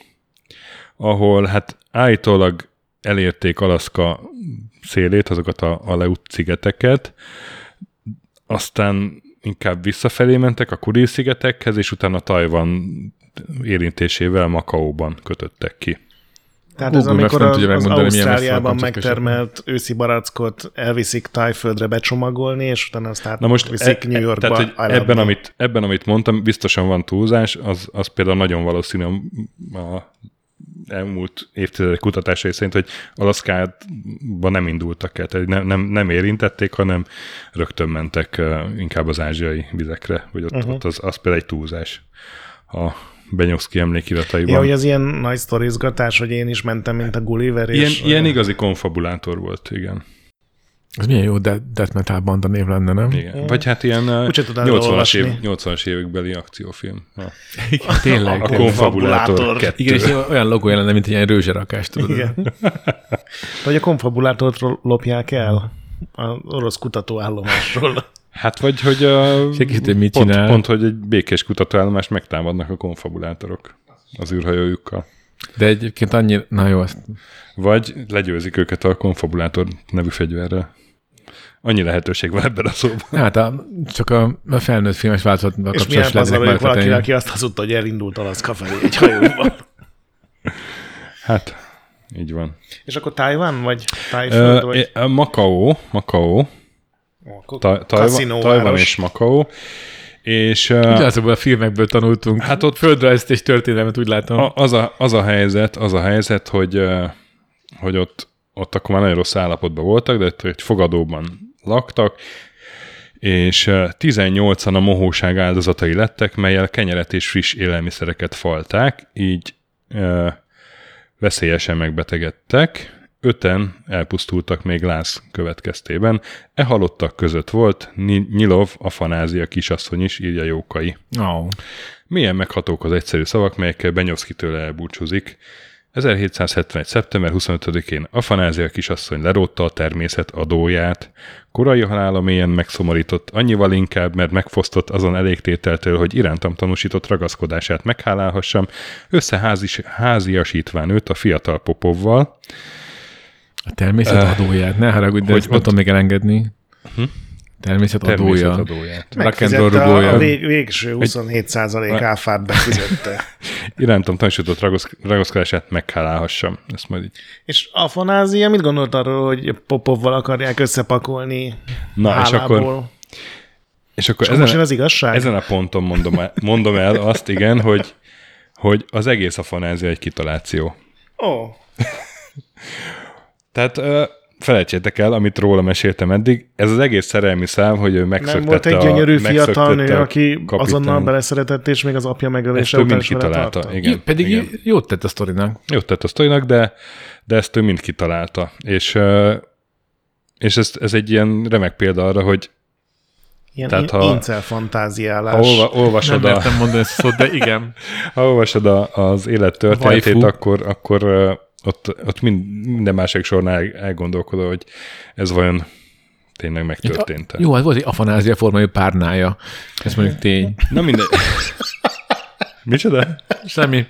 ahol hát állítólag elérték Alaszka szélét, azokat a Aleut-szigeteket, aztán inkább visszafelé mentek a Kuril-szigetekhez, és utána Tajvan érintésével Makaóban kötöttek ki. Tehát ez Google amikor nem az, tudja az megmondani, milyen Ausztráliában messze a megtermelt őszi barackot elviszik Tájföldre becsomagolni, és utána azt Na most átviszik e, New Yorkba. tehát, hogy ebben, amit, ebben, amit mondtam, biztosan van túlzás, az, az például nagyon valószínű a elmúlt évtizedek kutatásai szerint, hogy Alaszkában nem indultak el, tehát nem, nem, nem érintették, hanem rögtön mentek inkább az ázsiai vizekre, vagy ott, uh-huh. ott az, az például egy túlzás a Benyovszky emlékirataiban. Ja, hogy az ilyen nagy sztorizgatás, hogy én is mentem, mint a Gulliver. Ilyen, és ilyen igazi konfabulátor volt, igen. Ez milyen jó death metal banda név lenne, nem? Igen. Vagy hát ilyen nyolcvanas, év, nyolcvanas évekbeli akciófilm. Ja. Igen, tényleg. A konfabulátor kettő. Igen, és olyan logó lenne, mint ilyen rőzserakás, tudod. Igen. Vagy a konfabulátort lopják el az orosz kutatóállomásról. Hát vagy, hogy a, Segítő, mit pont, csinál? pont, hogy egy békés kutatóállomást megtámadnak a konfabulátorok az űrhajójukkal. De egyébként annyi, na jó, azt... Vagy legyőzik őket a konfabulátor nevű fegyverrel. Annyi lehetőség van ebben a szóban. Hát a, csak a, a felnőtt filmes változatban És milyen pazar vagyok valaki, aki azt hazudta, hogy elindult Alaszka felé egy hajóban. Hát, így van. És akkor Tajvan, vagy Tájföld? Uh, vagy? Makaó, Makaó, Ta- Tajvan, Tajvan és Makaó. És, uh, Ugyanazokból a filmekből tanultunk. Hát ott földrajzt és történelmet, úgy látom. A, az, a, az, a helyzet, az a helyzet, hogy, uh, hogy ott, ott akkor már nagyon rossz állapotban voltak, de egy fogadóban laktak, és uh, tizennyolcan a mohóság áldozatai lettek, melyel kenyeret és friss élelmiszereket falták, így uh, veszélyesen megbetegedtek. Öten elpusztultak még láz következtében. E halottak között volt Nyilov, Afanázia kisasszony is, írja Jókai. Oh. Milyen meghatók az egyszerű szavak, melyekkel Benyovszky tőle elbúcsúzik. ezerhétszázhetvenegy. szeptember huszonötödikén Afanázia kisasszony lerótta a természet adóját. Korai halála mélyen megszomorított, annyival inkább, mert megfosztott azon elégtételtől, hogy irántam tanúsított ragaszkodását meghálálhassam, összeháziasítván őt a fiatal Popovval. A természet adóját, ne haragudj, de ezt nem tudom még elengedni. Hm? Természet adója. adóját. Megfizette a, a vég, végső huszonhét százalék áfát befizette. Irántam tanúsított ragaszkodását meghálálhassam. Ezt majd így. És Afanázia mit gondolt arról, hogy Popovval akarják összepakolni Na, hálából? és akkor, és akkor és ezen, most az igazság? Ezen a ponton mondom el, mondom el azt, igen, hogy, hogy az egész Afanázia egy kitaláció. Ó. Oh. Tehát felejtsétek el, amit róla meséltem eddig, ez az egész szerelmi szám, hogy ő megszöktette. Nem volt egy gyönyörű a, fiatal nő, aki kapitány. Azonnal beleszeretett, és még az apja megölése után is kitalálta. Igen, pedig igen. jót tett a sztorinak. Jót tett a sztorinak, de, de ezt ő mind kitalálta. És, és ez, ez egy ilyen remek példa arra, hogy ilyen tehát, in- ha, incel fantáziálás. Ha olva, olvasod nem a, mertem mondani ezt a szót, de igen. Ha olvasod a, az élet történetét, akkor, akkor ott, ott mind, minden másik sornál elgondolkodol, hogy ez vajon tényleg megtörtént. Jó, hát volt egy Afanázia formájú párnája. Ez mondjuk tény. Na mindegy. Micsoda? Semmi.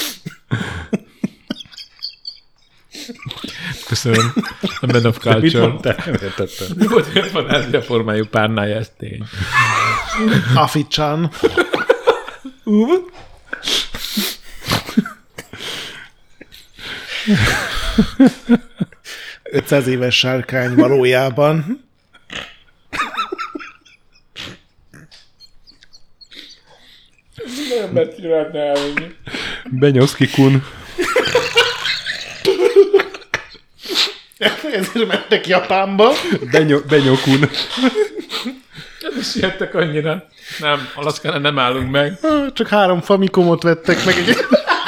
Köszönöm. A Man of Culture. Mit mondtál? Nem értettem. Mi volt egy Afanázia formájú párnája, ez tény. Aficsan. ötszáz éves sárkány valójában. Nem mert lehetne elvenni. Benyovszky kun. Ezért mentek Japánba. Benyó kun. Ez is siettek annyira. Nem, Alaszkánál nem állunk meg. Csak három Famicomot vettek meg egy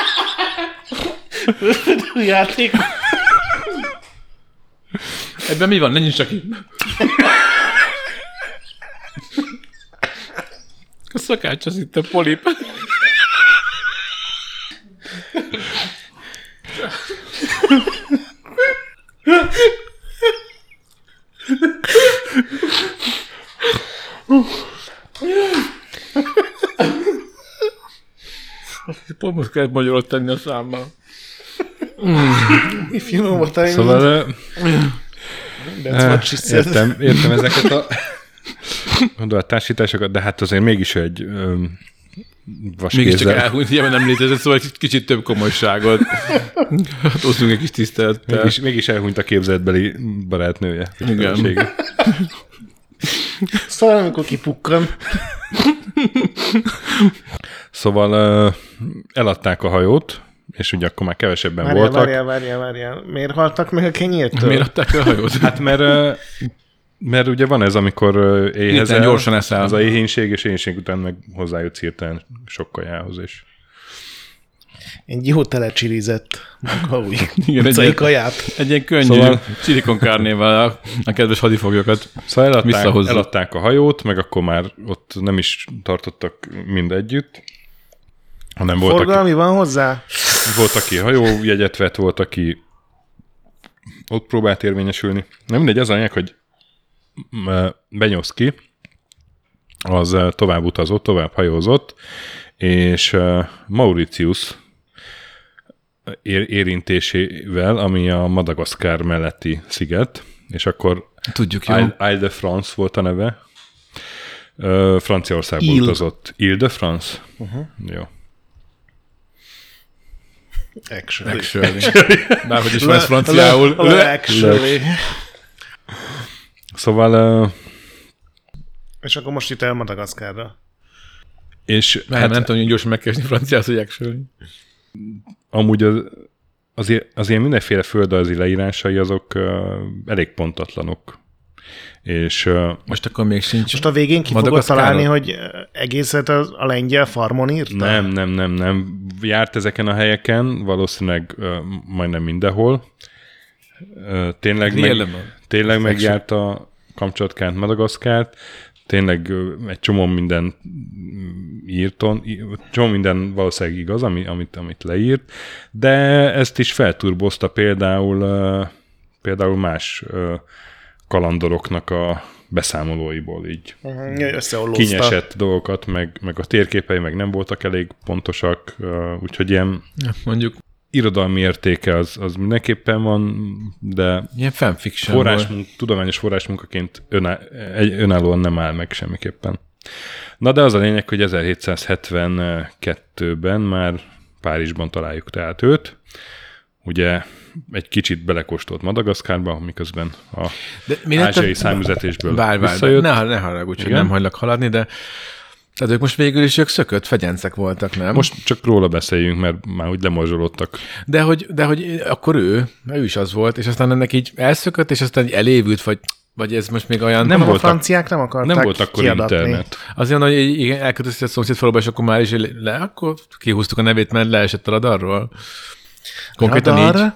játék. Ebben mi van? Ne nyisd csak itt. A szakács az itt a polip. Pont most kellett magyarul tenni a számmal. If you know what I mean. Szóval That's what she said. értem, értem ezeket a gondolattársításokat, de hát azért mégis egy öm, vaskézzel. Mégis csak elhúnyt, ilyen nem létezett, szóval egy kicsit több komolyságot. Hát osztunk egy kis tisztelettel. Mégis, mégis elhunyt a képzeletbeli barátnője. Igen. Szóval amikor kipukkan. Szóval uh, eladták a hajót, és ugye akkor már kevesebben Várjál, voltak. várjál, várjál, várjál. Miért haltak meg a kenyértől? Miért adták a hajót? Hát mert, uh, mert ugye van ez, amikor uh, éhezel, Hirtelen gyorsan eszel. az a éhínség, és éhínség után meg hozzájutsz hirtelen sok kajához is. Egy jó telecsirizett maghaúj Igen, utcai egy, kaját. egy ilyen könnyű Szóval- szóval... csilikon kárnéval a, a kedves hadifoglyokat Szóval eladták, visszahozzuk. eladták a hajót, meg akkor már ott nem is tartottak mind együtt, hanem volt, aki, Forgalmi van hozzá? volt, aki hajójegyet vett, volt, aki ott próbált érvényesülni. Nem mindegy, az a lényeg, hogy Benyovszky az tovább utazott, tovább hajózott, és Mauritius ér- érintésével, ami a Madagaszkár melletti sziget, és akkor Tudjuk, jó? Ile Ile de France volt a neve. Ö, Franciaországba Ile. utazott. Ile de France? Uh-huh. Jó. Actually. Actually. Bárhogy is van ez franciául. Le, le, actually. Szóval, ö, És akkor most itt el Madagaszkárra. és Nem, hát nem tudom, hogy gyorsan megkeresni franciául, hogy actually. amúgy az, az, az ilyen mindenféle földrajzi leírásai azok ö, elég pontatlanok. És ö, Most akkor még sincs. Most a végén ki fogod Madagaszkáron? találni, hogy egészet a, a lengyel farmon írta? nem, nem, nem, nem. Járt ezeken a helyeken, valószínűleg ö, majdnem mindenhol. Ö, tényleg meg, Jellemben. tényleg megjárt a Kamcsatkát, Madagaszkárt, tényleg ö, egy csomó minden írton, í- csomó minden valószínűleg igaz, ami, amit, amit leírt, de ezt is felturbozta például, ö, például más ö, kalandoroknak a beszámolóiból így. Uh-huh. Összeollózta. Kinyesett dolgokat, meg, meg a térképei meg nem voltak elég pontosak, ö, úgyhogy ilyen Ja, mondjuk irodalmi értéke az, az mindenképpen van, de ilyen fanfiction forrásmunk, tudományos forrásmunkaként öná, egy, önállóan nem áll meg semmiképpen. Na de az a lényeg, hogy ezerhétszázhetvenkettőben már Párizsban találjuk tehát őt. Ugye egy kicsit belekóstolt Madagaszkárba, miközben a De mi lett a- ázsiai számüzetésből Várj, várj, visszajött. ne, ne haragudj, hogy Igen? nem hagylak haladni, de tehát ők most végül is ők szökött fegyencek voltak, nem? Most csak róla beszéljünk, mert már úgy lemorzsolódtak. De hogy, de hogy akkor ő, ő is az volt, és aztán ennek így elszökött, és aztán így elévült, vagy, vagy ez most még olyan... Nem Nem a voltak- franciák nem akarták Nem volt akkor kiadatni. internet. Azért van, hogy igen, elkötözte a szomszédfaluba, és akkor már is le, akkor kihúztuk a nevét, mert leesett a radarról. Konkrétan Radar? így.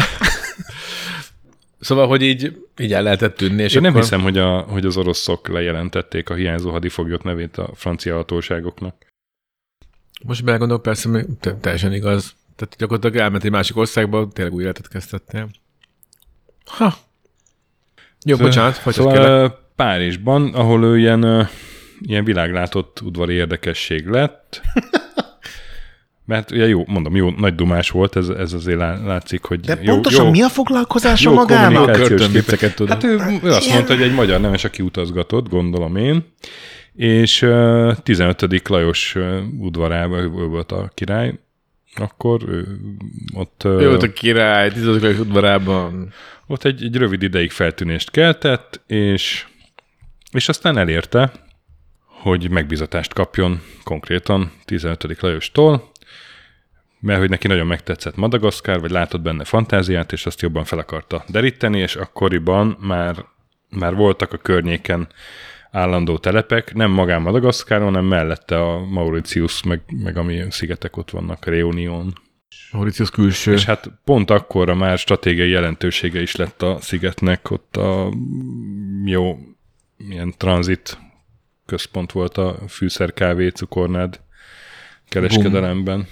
Szóval, hogy így, így el lehetett tűnni. És Én nem akkor... hiszem, hogy, a, hogy az oroszok lejelentették a hiányzó hadifoglyok nevét a francia hatóságoknak. Most belegondolok, persze, még te- teljesen igaz. Tehát gyakorlatilag elment egy másik országba, tényleg új életet kezdtettél. Ha. Jó, Szóval- bocsánat, folytasd kérlek. Szóval Párizsban, ahol ő ilyen, ö, ilyen világlátott udvari érdekesség lett, mert ugye jó, mondom, jó, nagy dumás volt, ez, ez azért lá- látszik, hogy De jó, pontosan jó, mi a foglalkozása jó magának? kommunikációs Körtönvicceket képek. tud. Hát ő, ő azt Ilyen- mondta, hogy egy magyar nemes, aki utazgatott, gondolom én, és uh, tizenötödik Lajos uh, udvarában ő volt a király, akkor ő ott, uh, Ő volt a király, tizedik udvarában. ott egy, egy rövid ideig feltűnést keltett, és, és aztán elérte, hogy megbízatást kapjon konkrétan tizenötödik Lajostól, mert hogy neki nagyon megtetszett Madagaszkár, vagy látott benne fantáziát, és azt jobban fel akarta deríteni, és akkoriban már, már voltak a környéken állandó telepek, nem magán Madagaszkáron, hanem mellette a Mauritius, meg, meg ami szigetek ott vannak, Réunion. Mauritius külső. És hát pont akkorra már stratégiai jelentősége is lett a szigetnek, ott a jó ilyen tranzit központ volt a fűszer, kávé, cukornád kereskedelemben.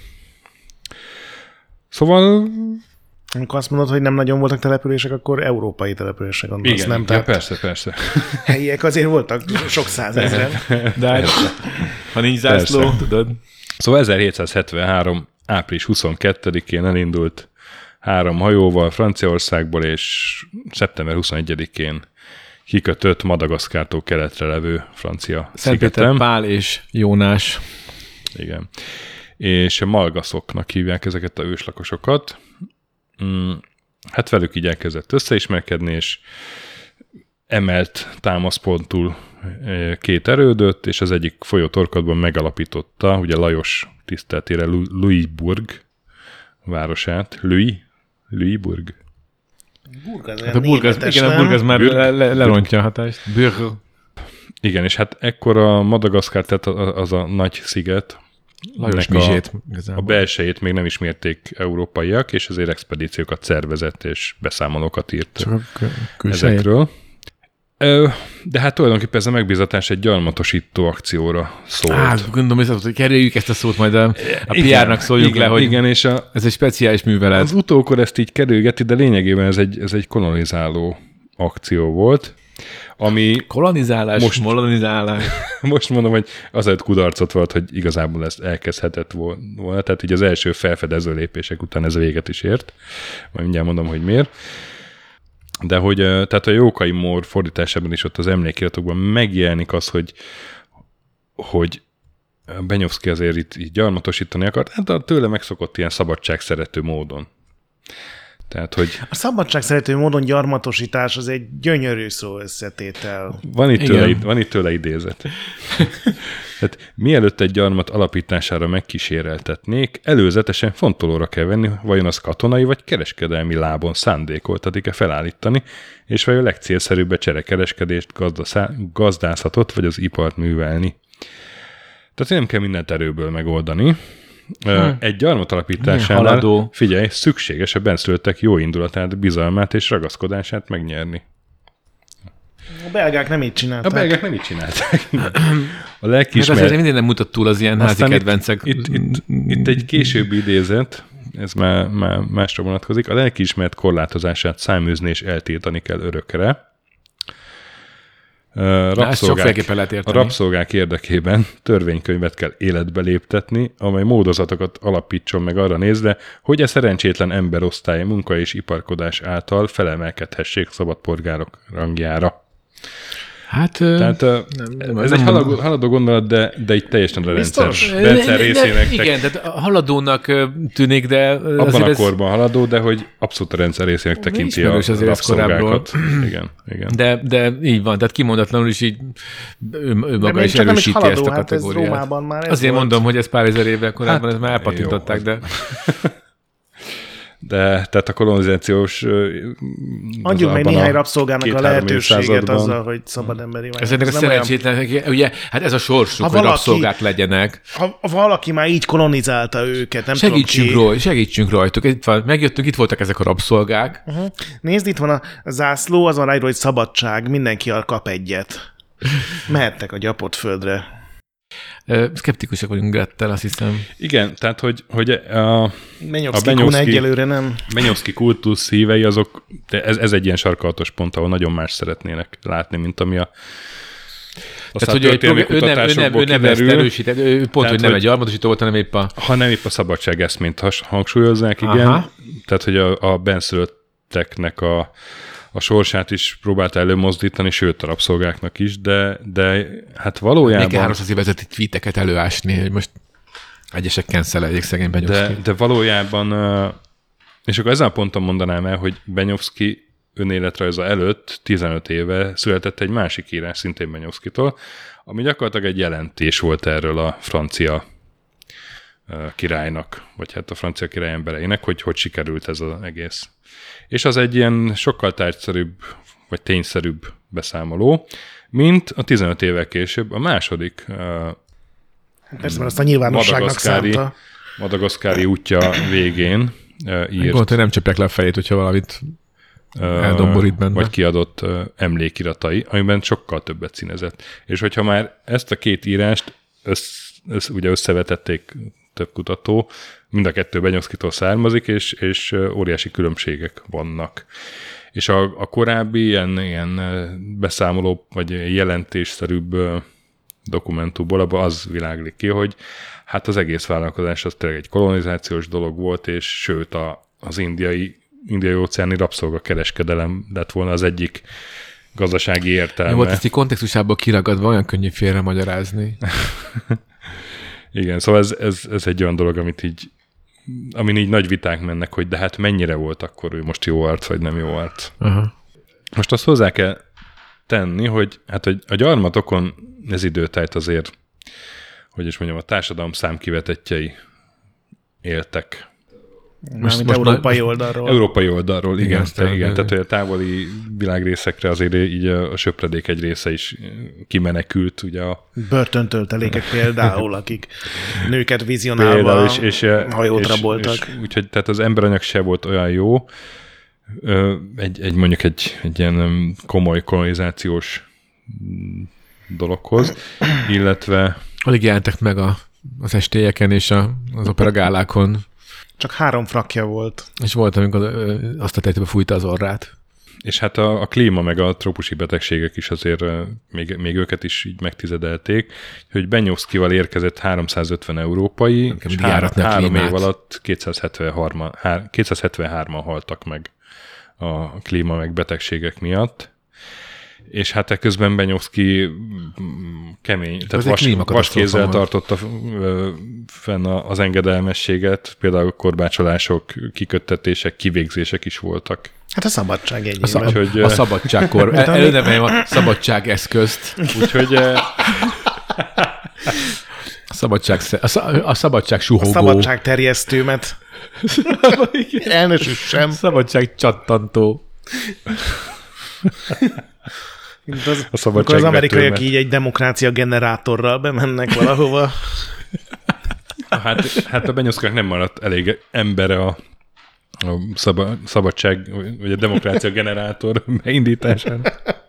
Szóval Amikor azt mondod, hogy nem nagyon voltak települések, akkor európai települések gondolsz, igen, nem? igen, Tehát persze, persze. helyiek azért voltak sok százezren. De hát, ha nincs zászló, Persze. tudod. Szóval ezerhétszázhetvenhárom április huszonkettedikén elindult három hajóval Franciaországból, és szeptember huszonegyedikén kikötött Madagaszkártól keletre levő francia Szentpéter Pál és Jónás. Igen. És a malgaszoknak hívják ezeket a őslakosokat. Hát velük így elkezdett összeismerkedni, és emelt támaszpontul két erődöt, és az egyik folyótorkatban megalapította, ugye Lajos tiszteletére Louisbourg városát. Louis? Louisbourg. Burg az hát a Burg az, igen, a Burg az már le, le, lerontja a hatást. Burg. Igen, és hát ekkor a Madagaszkár, tehát az a nagy sziget, Lajos Mizsét, a, a belsejét még nem ismerték európaiak, és ezért expedíciókat szervezett, és beszámolókat írt Csak ezekről. De hát tulajdonképpen ez a megbízatás egy gyarmatosító akcióra szólt. Hát, gondolom, hogy kerüljük ezt a szót, majd a, a pé er-nak szóljunk igen, le, hogy igen, és a, ez egy speciális művelet. Az utókor ezt így kerülgeti, de lényegében ez egy, ez egy kolonizáló akció volt, ami... Kolonizálás, most, kolonizálás. Most mondom, hogy azért kudarcot volt, hogy igazából ezt elkezdhetett volna, tehát így az első felfedező lépések után ez véget is ért. Majd mindjárt mondom, hogy miért. De hogy, tehát a Jókai Mór fordításában is ott az emlékiratokban megjelenik az, hogy, hogy Benyovszky azért itt, itt gyarmatosítani akart, hát a tőle megszokott ilyen szabadságszerető módon. Tehát, hogy... A szabadságszerető módon gyarmatosítás az egy gyönyörű szó összetétel. Van itt, tőle, van itt tőle idézet. Tehát mielőtt egy gyarmat alapítására megkíséreltetnék, előzetesen fontolóra kell venni, vajon az katonai vagy kereskedelmi lábon szándékoltatik-e felállítani, és vajon legcélszerűbb a cserekereskedést, gazdászatot vagy az ipart művelni. Tehát nem kell mindent erőből megoldani. Hmm. Egy gyarmat alapításánál, figyelj, szükséges a benszülöttek jó indulatát, bizalmát és ragaszkodását megnyerni. A belgák nem így csinálták. A belgák nem így csinálták. A lelkiismeret... Mert azért minden nem mutat túl az ilyen házi kedvencek. Itt, itt, itt, itt egy későbbi idézet, ez már, már másra vonatkozik, a lelkiismeret korlátozását száműzni és eltiltani kell örökre. A rabszolgák, a rabszolgák érdekében törvénykönyvet kell életbe léptetni, amely módozatokat alapítson meg arra nézve, hogy a szerencsétlen emberosztály munka és iparkodás által felemelkedhessék szabadpolgárok rangjára. Hát, Tehát nem, nem, ez nem egy haladó, haladó gondolat, de, de itt teljesen a rendszer, rendszer részének. Igen, tehát haladónak tűnik, de... Abban a korban ez... haladó, de hogy abszolút a rendszer részének tekinti a rabszolgákat. Igen, igen. De, de így van, tehát kimondatlanul is így ő, ő maga is erősíti haladó, ezt a kategóriát. Hát ez Rómában már ez Azért volt. Mondom, hogy ez pár ezer évvel korábban hát, ezt már elpatintották, jó, de... De tehát a kolonizációs... Adjuk meg néhány rabszolgának a lehetőséget azzal, hogy szabad emberi vagy. Ez ennek a szerencsétlen, olyan... ugye, hát ez a sorsuk, ha hogy valaki, rabszolgák legyenek. Ha valaki már így kolonizálta őket, nem segítsünk tudom ki. Roj, segítsünk rajtuk. Itt van, megjöttünk, itt voltak ezek a rabszolgák. Uh-huh. Nézd, itt van a zászló, azon ráírva, hogy szabadság, mindenki kap egyet. Mehettek a gyapott földre. Szkeptikusak vagyunk Grettel, azt hiszem. Igen, tehát, hogy, hogy a Benyovszky kun egyelőre nem. Benyovszky kultusz hívei azok, de ez, ez egy ilyen sarkalatos pont, ahol nagyon más szeretnének látni, mint ami a Tehát, hogy egy ő nem, ő nem, ő nem ezt erősített, ő pont, tehát, hogy nem hogy, egy gyarmatosító volt, hanem épp a... Ha nem épp a szabadság eszményt hangsúlyozzák, igen. Aha. Tehát, hogy a, a benszülötteknek a a sorsát is próbált előmozdítani, sőt a rabszolgáknak is, de, de hát valójában... Neki háromszáz vezetett tweeteket előásni, hogy most egyesek canceleljék szegény Benyovszky. De, de valójában, és akkor ezen a ponton mondanám el, hogy Benyovszky önéletrajza előtt tizenöt éve született egy másik írás, szintén Benyovszkytól, ami gyakorlatilag egy jelentés volt erről a francia királynak, vagy hát a francia király embereinek, hogy hogy sikerült ez az egész. És az egy ilyen sokkal tárgyszerűbb, vagy tényszerűbb beszámoló, mint a tizenöt évvel később a második Persze, mert azt a nyilvánosságnak szánta. Madagaszkári útja végén írt. Gondolom, hogy nem csapják le a fejét, hogyha valamit eldomborít benne. Vagy kiadott emlékiratai, amiben sokkal többet színezett. És hogyha már ezt a két írást össz, össz, ugye összevetették több kutató, mind a kettő Benyovszkytól származik, és, és óriási különbségek vannak. És a, a korábbi ilyen, ilyen beszámoló, vagy jelentésszerűbb dokumentumból, abban az világlik ki, hogy hát az egész vállalkozás az tényleg egy kolonizációs dolog volt, és sőt a, az indiai, indiai óceáni rabszolgakereskedelem lett volna az egyik gazdasági értelme. Volt ezt így kontextusából kiragadva, olyan könnyű félre magyarázni. Igen, szóval ez, ez, ez egy olyan dolog, amit így, amin így nagy viták mennek, hogy de hát mennyire volt akkor ő most jó arc, vagy nem jó arc. Aha. Most azt hozzá kell tenni, hogy hát a gyarmatokon ez időtájt azért, hogy is mondjam, a társadalom számkivetettjei éltek. Most, most európai na, oldalról. Európai oldalról, igen. Igen, igen, igen. Tehát, hogy a távoli világrészekre azért így a, a söpredék egy része is kimenekült. Ugye a... Börtöntöltelékek például, akik nőket vizionálva és, és, hajót és, raboltak. És, úgyhogy tehát az emberanyag se volt olyan jó. Egy, egy mondjuk egy, egy ilyen komoly kolonizációs dologhoz, illetve... Alig jelentek meg a, az estélyeken és a, az operagálákon. Csak három frakja volt. És volt, amikor azt a tetőbe fújta az orrát. És hát a, a klíma meg a trópusi betegségek is azért még, még őket is így megtizedelték, hogy Benyovszkival érkezett háromszázötven európai, Nekem és három, három év alatt kétszázhetvenhárman haltak meg a klíma meg betegségek miatt. És hát ekközben Benyovszki kemény, tehát vas, vaskézzel tartotta fenn az engedelmességet, például korbácsolások, kiköttetések, kivégzések is voltak. Hát a szabadság egyébként. A, szab- hogy, a szabadságkor. Előneveljem a szabadságeszközt. Úgyhogy... A szabadság, a szabadság suhogó. A szabadság terjesztőmet. Elnösük sem. Szabadság csattantó. Az, a amikor az amerikaiak így egy demokrácia generátorral bemennek valahova. Hát, hát a Benyovszkinak nem maradt elég embere a, a szaba, szabadság, vagy a demokrácia generátor beindításán.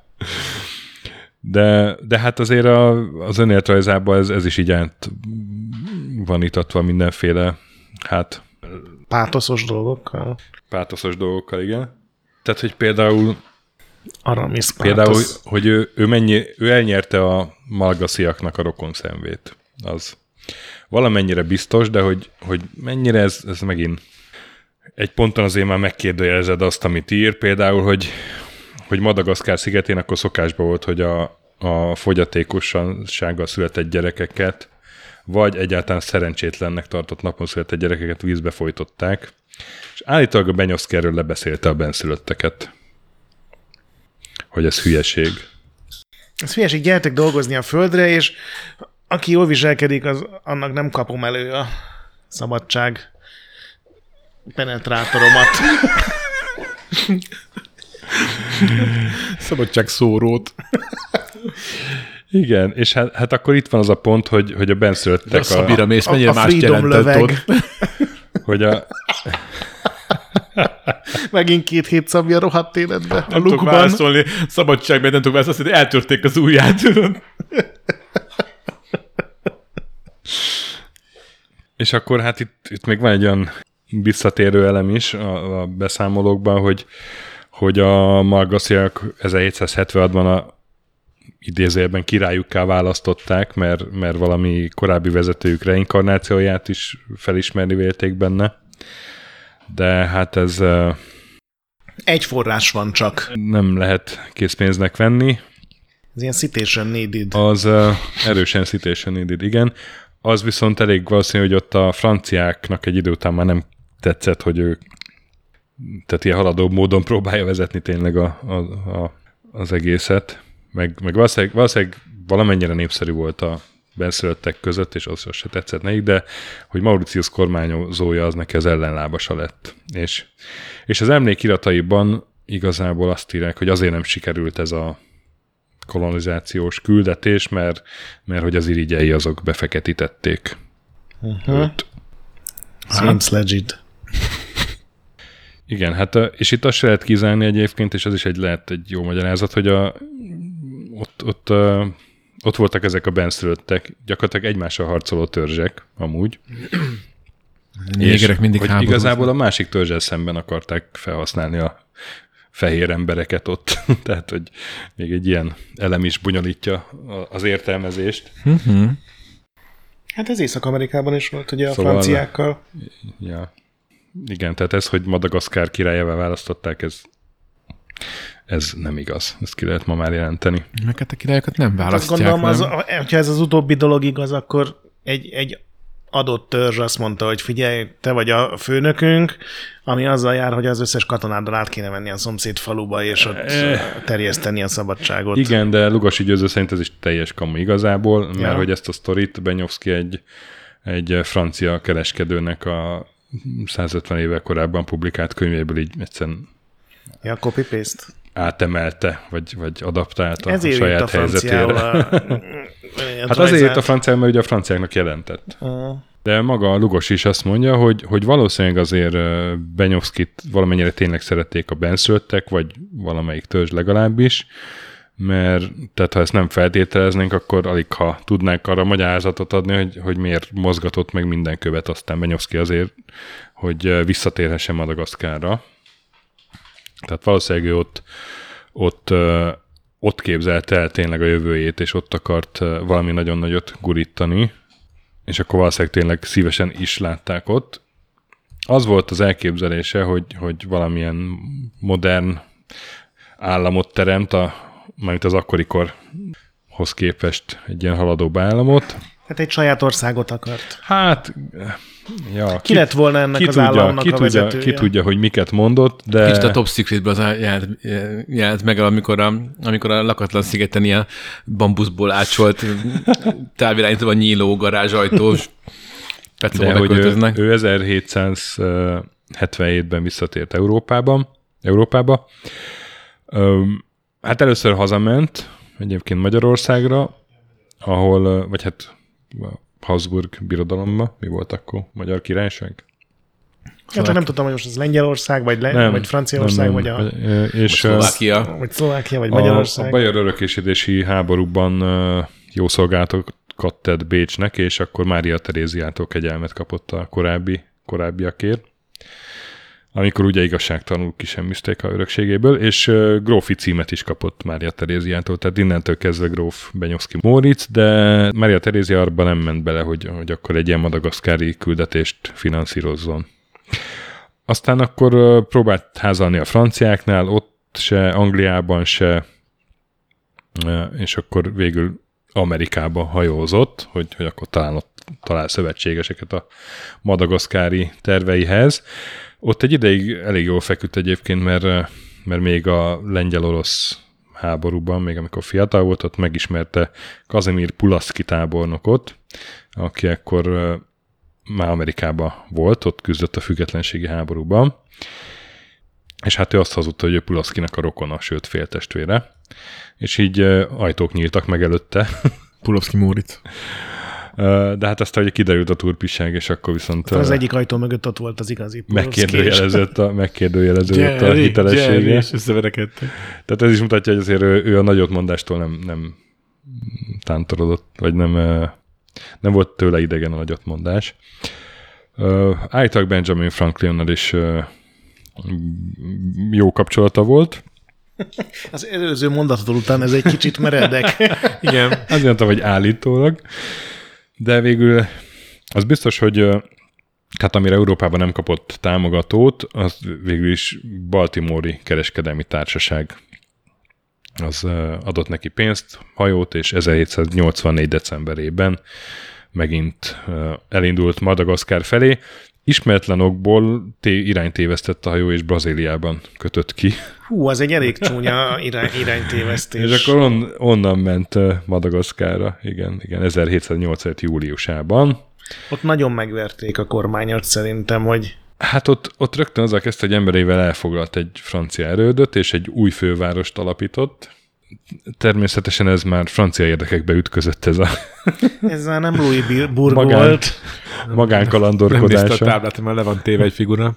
De, de hát azért a, az önéletrajzában ez, ez is így át van itatva mindenféle, hát... Pátoszos dolgokkal. Pátoszos dolgokkal, igen. Tehát, hogy például Aramis Például, hogy ő, ő, mennyi, ő elnyerte a malgasziaknak a rokonszenvét. Az valamennyire biztos, de hogy, hogy mennyire ez, ez megint egy ponton azért már megkérdőjelezed azt, amit ír. Például, hogy, hogy Madagaszkár szigetén akkor szokásban volt, hogy a, a fogyatékossággal született gyerekeket, vagy egyáltalán szerencsétlennek tartott napon született gyerekeket vízbe folytották. És állítólag a Benyovszki erről lebeszélte a benszülötteket. Hogy ez hülyeség. Ez hülyeség, gyertek dolgozni a földre, és aki jól viselkedik, az, annak nem kapom elő a szabadság penetrátoromat. Szabadság szórót. Igen, és hát, hát akkor itt van az a pont, hogy, hogy a benszülöttek a... Szabira mész, mennyire a, a más jelentett ott. Hogy a... Megint két hét Szabja rohadt életbe. A lukban. Válaszolni, szabadságban nem tudok válaszolni, azt, hogy eltörték az ujját. És akkor hát itt, itt még van egy olyan visszatérő elem is a, a beszámolókban, hogy, hogy a malgasziak ezerhétszázhetvenhatban a idézőjelben királyukká választották, mert, mert valami korábbi vezetőjük reinkarnációját is felismerni vélték benne. De hát ez... Egy forrás van csak. Nem lehet készpénznek venni. Ez ilyen citation needed. Az uh, erősen citation needed, igen. Az viszont elég valószínű, hogy ott a franciáknak egy idő után már nem tetszett, hogy ő tehát ilyen haladó módon próbálja vezetni tényleg a, a, a, az egészet. Meg, meg valószínűleg, valószínűleg valamennyire népszerű volt a benszülöttek között, és az, az se tetszett nekik, de hogy Mauritius kormányozója az neki az ellenlábasa lett. És, és az emlékirataiban igazából azt írják, hogy azért nem sikerült ez a kolonizációs küldetés, mert, mert hogy az irigyei azok befeketítették. Uh-huh. Seems legit. Igen, hát és itt azt se lehet kizárni egyébként, és az is egy lehet egy jó magyarázat, hogy a, ott, ott, ott voltak ezek a benszülöttek, gyakorlatilag egymással harcoló törzsek, amúgy. Négerek mindig hogy igazából a másik törzsel szemben akarták felhasználni a, fehér embereket ott. Tehát, hogy még egy ilyen elem is bonyolítja az értelmezést. Uh-huh. Hát ez Észak-Amerikában is volt, ugye a Szóval, franciákkal. Ja. Igen, tehát ez, hogy Madagaszkár királyává választották, ez, ez nem igaz. Ezt ki lehet ma már jelenteni. Meg hát a királyokat nem választják, azt gondolom, nem? az, ha ez az utóbbi dolog igaz, akkor egy, egy adott törzs azt mondta, hogy figyelj, te vagy a főnökünk, ami azzal jár, hogy az összes katonáddal át kéne menni a szomszéd faluba, és ott terjeszteni a szabadságot. Igen, de Lugosi győző szerint ez is teljes kamu igazából, mert Ja. hogy ezt a sztorit Benyovszky egy, egy francia kereskedőnek a százötven éve korábban publikált könyvéből így egyszerűen Ja, copy-paste. átemelte, vagy, vagy adaptálta Ezért a saját írt a helyzetére. franciául a, Hát azért írt a franciául, mert ugye a franciáknak jelentett. Uh, De maga a Lugos is azt mondja, hogy, hogy valószínűleg azért Benyovszkyt valamennyire tényleg szerették a benszülöttek, vagy valamelyik törzs legalábbis, mert tehát ha ezt nem feltételeznénk, akkor alig ha tudnánk arra magyarázatot adni, hogy, hogy miért mozgatott meg minden követ aztán Benyovszky azért, hogy visszatérhessen Madagaszkárra. Tehát valószínűleg ő ott, ott, ott képzelte el tényleg a jövőjét, és ott akart valami nagyon nagyot gurítani, és akkor valószínűleg tényleg szívesen is látták ott. Az volt az elképzelése, hogy, hogy valamilyen modern államot teremt, a, mármint az akkori korhoz képest egy ilyen haladóbb államot. hát egy saját országot akart. Hát, ja. Ki lett volna ennek ki az tudja, államnak ki a tudja, vezetője? Ki tudja, hogy miket mondott, de... Kicsit a Top Secretből az a jelent, jelent meg, amikor a, amikor a lakatlan szigeten ilyen bambuszból átsolt távirányítóban nyíló garázsajtós De hogy ő, ő ezerhétszázhetvenhétben visszatért Európában, Európába. Hát először hazament, egyébként Magyarországra, ahol, vagy hát Habsburg birodalomba, mi volt akkor? Magyar Királyság? Hát nem tudtam, hogy most ez Lengyelország, vagy, Le- Nem, vagy Franciaország, nem, vagy, nem. a, és Szlovákia. vagy Szlovákia, vagy a, Magyarország. a Bajor örökésítési háborúban jó szolgálatokat tett Bécsnek, és akkor Mária Teréziától kegyelmet kapott a korábbi, korábbiakért, amikor ugye igazságtalanul kisemmizték a örökségéből, és uh, grófi címet is kapott Mária Teréziától, tehát innentől kezdve gróf Benyovszky Móricz, de Mária Terézia arba nem ment bele, hogy, hogy akkor egy ilyen madagaszkári küldetést finanszírozzon. Aztán akkor uh, próbált házalni a franciáknál, ott se, Angliában se, uh, és akkor végül Amerikába hajózott, hogy, hogy akkor talán ott talál szövetségeseket a madagaszkári terveihez. Ott egy ideig elég jól feküdt egyébként, mert, mert még a lengyel-orosz háborúban, még amikor fiatal volt, ott megismerte Kazimír Pulaszki tábornokot, aki akkor már Amerikában volt, ott küzdött a függetlenségi háborúban, és hát ő azt hazudta, hogy ő Pulaszkinak a rokona, sőt féltestvére, és így ajtók nyíltak meg előtte. Pulovszky Móricz. De hát aztán ugye kiderült a turpisság, és akkor viszont... Az egyik ajtó mögött ott volt az igazi megkérdőjelezett a, megkérdőjelezett a hitelessége. Jerry, és összeverekedtek. Tehát ez is mutatja, hogy azért ő, ő a nagyotmondástól nem, nem tántorodott, vagy nem, nem volt tőle idegen a nagyotmondás. Állítólag Benjamin Franklinnal is jó kapcsolata volt. Az előző mondatod után ez egy kicsit meredek. Igen. Azt mondtam, hogy állítólag. De végül az biztos, hogy tehát amire Európában nem kapott támogatót, az végül is Baltimore-i kereskedelmi társaság az adott neki pénzt, hajót, és ezerhétszáznyolcvannégy decemberében megint elindult Madagaszkár felé. Ismeretlen okból té- iránytévesztett a hajó, és Brazíliában kötött ki. Hú, az egy elég csúnya irány, iránytévesztés. És akkor on, onnan ment Madagaszkárra, igen, igen, ezerhétszáznyolcvanöt júliusában. Ott nagyon megverték a kormányot szerintem, hogy... Hát ott, ott rögtön azzal kezdte, hogy emberével elfoglalt egy francia erődöt, és egy új fővárost alapított. Természetesen ez már francia érdekekbe ütközött ez a... Ez már nem Louisbourg Magán, volt. magánkalandorkodása. Nem nézte a táblát, mert le van téve egy figura.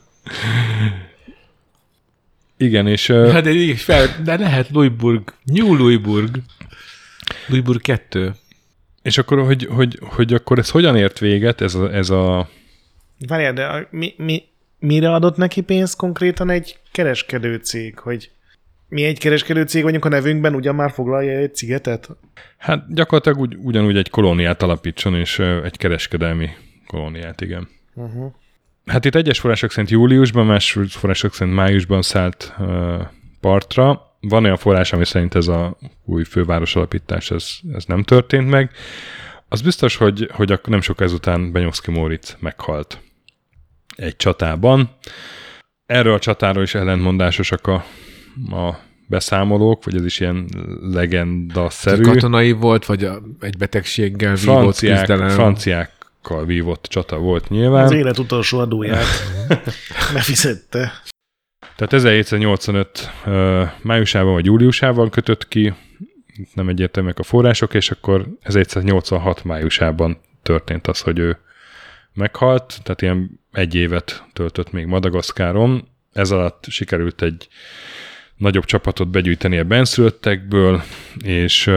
Igen, és... Hát de, fel, de lehet Louisbourg, New Louisbourg, Louisbourg kettő. És akkor, hogy, hogy, hogy akkor ez hogyan ért véget, ez a... Ez a... Várjál, de a, mi, mi, mire adott neki pénzt konkrétan egy kereskedő cég, hogy... mi egy kereskedő cég vagyunk, a nevünkben ugyan már foglalja egy szigetet? Hát gyakorlatilag ugy, ugyanúgy egy kolóniát alapítson, és egy kereskedelmi kolóniát, igen. Uh-huh. Hát itt egyes források szerint júliusban, más források szerint májusban szállt uh, partra. Van olyan forrás, ami szerint ez a új főváros alapítás, ez, ez nem történt meg. Az biztos, hogy, hogy nem sok ezután Benyovszky Móric meghalt egy csatában. Erről a csatáról is ellentmondásosak a, a beszámolók, vagy ez is ilyen legenda-szerű. Katonai volt, vagy a, egy betegséggel vívott Franciák, küzdelem? Franciákkal vívott csata volt nyilván. Az élet utolsó adóját befizette. Tehát ezerhétszáznyolcvanöt uh, májusában vagy júliusában kötött ki, nem egyértelműek a források, és akkor ezerhétszáznyolcvanhat májusában történt az, hogy ő meghalt, tehát ilyen egy évet töltött még Madagaszkáron. Ez alatt sikerült egy nagyobb csapatot begyűjteni a benszülöttekből, és,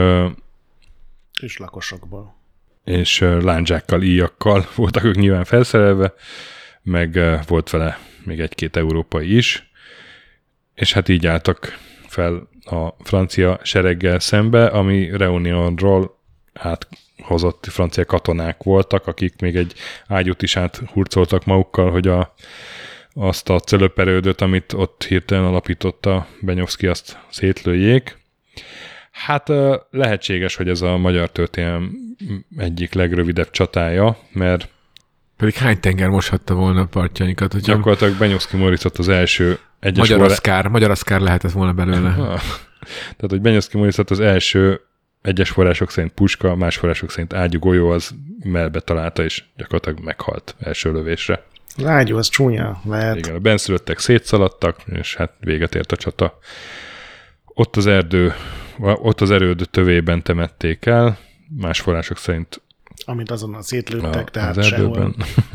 és lakosokból. És lándzsákkal, íjakkal voltak ők nyilván felszerelve, meg volt vele még egy-két európai is, és hát így álltak fel a francia sereggel szembe, ami Reunionról áthozott francia katonák voltak, akik még egy ágyút is áthurcoltak magukkal, hogy a, azt a cölöperődöt, amit ott hirtelen alapította Benyovszky, azt szétlőjék. Hát lehetséges, hogy ez a magyar történelem egyik legrövidebb csatája, mert pedig hány tenger moshatta volna a partjainkat? Hogyha... Gyakorlatilag Benyovszky Móricot az első egyes... Magyar aszkár, magyar aszkár lehetett volna belőle. Ah. Tehát, hogy Benyovszky Móricot az első egyes források szerint puska, más források szerint ágyú golyó, az melbe találta, és gyakorlatilag meghalt első lövésre. Az ágyú, az csúnya lehet. Igen, a benszülöttek szétszaladtak, és hát véget ért a csata. Ott az erdő, ott az erőd tövében temették el, más források szerint amit azonnal szétlőttek, a, tehát az erdőben.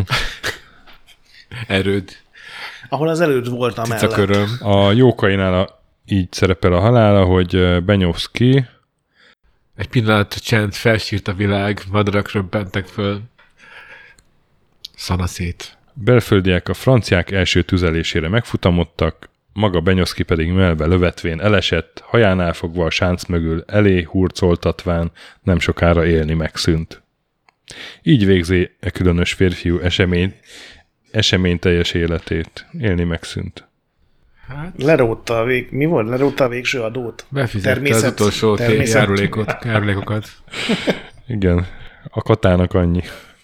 Erőd. Ahol az előd volt a mellett. Köröm. A Jókainál a, így szerepel a halála, hogy Benyovszky egy pillanat csend, felsírt a világ, madarak röbbentek föl. Szanaszét. Belföldiek a franciák első tüzelésére megfutamodtak, maga Benyovszky pedig melbe lövetvén elesett, hajánál fogva a sánc mögül elé hurcoltatván nem sokára élni megszűnt. Így végzi e különös férfiú esemény, esemény teljes életét. Élni megszűnt. Hát, lerótta a vég... Mi volt? Lerótta a végső adót? Befizette természet, az utolsó természet. járulékot, járulékokat. Igen. A katának annyi.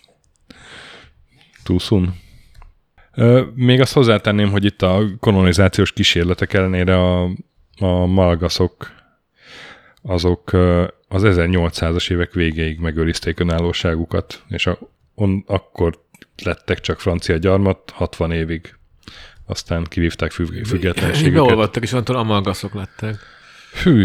Túszun. Még azt hozzátenném, hogy itt a kolonizációs kísérletek ellenére a, a malgaszok azok az ezernyolcszázas évek végéig megőrizték önállóságukat, és a, on, akkor lettek csak francia gyarmat hatvan évig. Aztán kivívták függ, függetlenségüket. Beolvadtak, és onnantól amalgaszok lettek. Hű.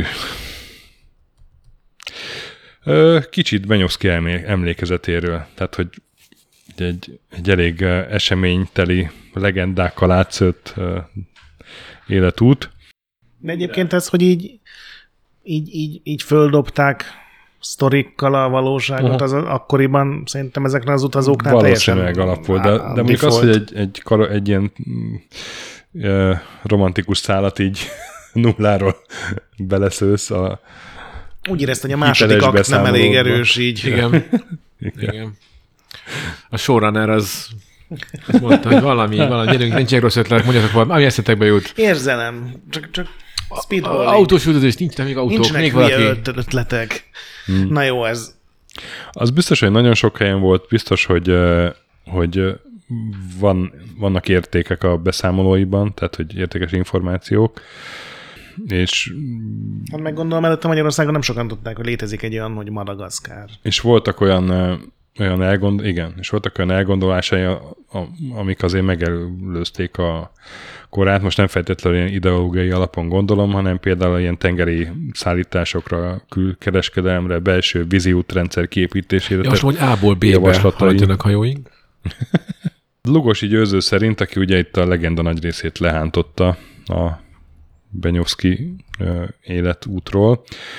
Kicsit Benyovszky emlékezetéről. Tehát, hogy egy, egy elég eseményteli, legendákkal átszőtt életút. De egyébként ez, hogy így, így, így, így földobták sztorikkal a valóságot, uh-huh. az akkoriban szerintem ezekre az utazóknál teljesen... Valószínűleg alap volt, de, de mondjuk az, hogy egy, egy, egy ilyen e, romantikus szálat így nulláról beleszősz a úgy érezte, hogy a második akt nem elég erős így. Igen. Igen. Igen. A showrunner az mondta, hogy valami, valami, gyerünk, nincsenek rossz ötletek, mondjatok valami, ami eszetekbe jut. Érzelem, csak, csak speedballing. Autós üldözés, nincsenek még autók, nincsenek még valaki. Nincsenek ötletek. Hmm. Na jó, ez... Az biztos, hogy nagyon sok helyen volt, biztos, hogy, hogy van, vannak értékek a beszámolóiban, tehát, hogy értékes információk, és... Hát meg gondolom, előtt a Magyarországon nem sokan tudták, hogy létezik egy olyan, hogy Madagaszkár. És voltak olyan, olyan elgond, igen, és voltak olyan elgondolásai, a, a, amik azért megelőzték a korát. Most nem feltétlenül ilyen ideológiai alapon gondolom, hanem például ilyen tengeri szállításokra, külkereskedelemre, belső vízi útrendszer kiépítésére. Ja, most mondj A-ból B-be haladjanak hajóink. Lugosi győző szerint, aki ugye itt a legenda nagy részét lehántotta a Benyovszky életútról,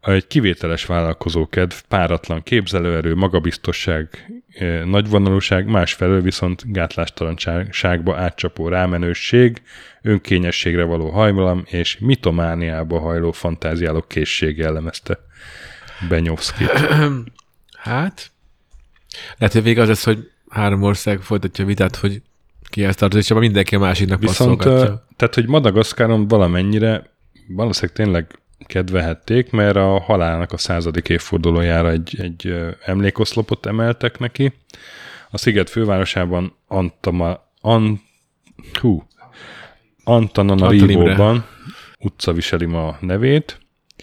egy kivételes vállalkozókedv, páratlan képzelőerő, magabiztosság, nagyvonalúság, másfelől viszont gátlástalanságba átcsapó rámenőség, önkényességre való hajlam és mitomániába hajló fantáziáló készség jellemezte Benyovszkit. Hát, lehet, hogy végig az lesz, hogy három ország folytatja a vitát, hogy ki ezt tartozik, és mindenki a másiknak viszont, passzolgatja. Tehát, hogy Madagaszkáron valamennyire valószínűleg tényleg kedvehették, mert a halálnak a századik évfordulójára egy, egy emlékoszlopot emeltek neki. A sziget fővárosában Antama, An, hú, Antananarivóban utca viseli ma a nevét.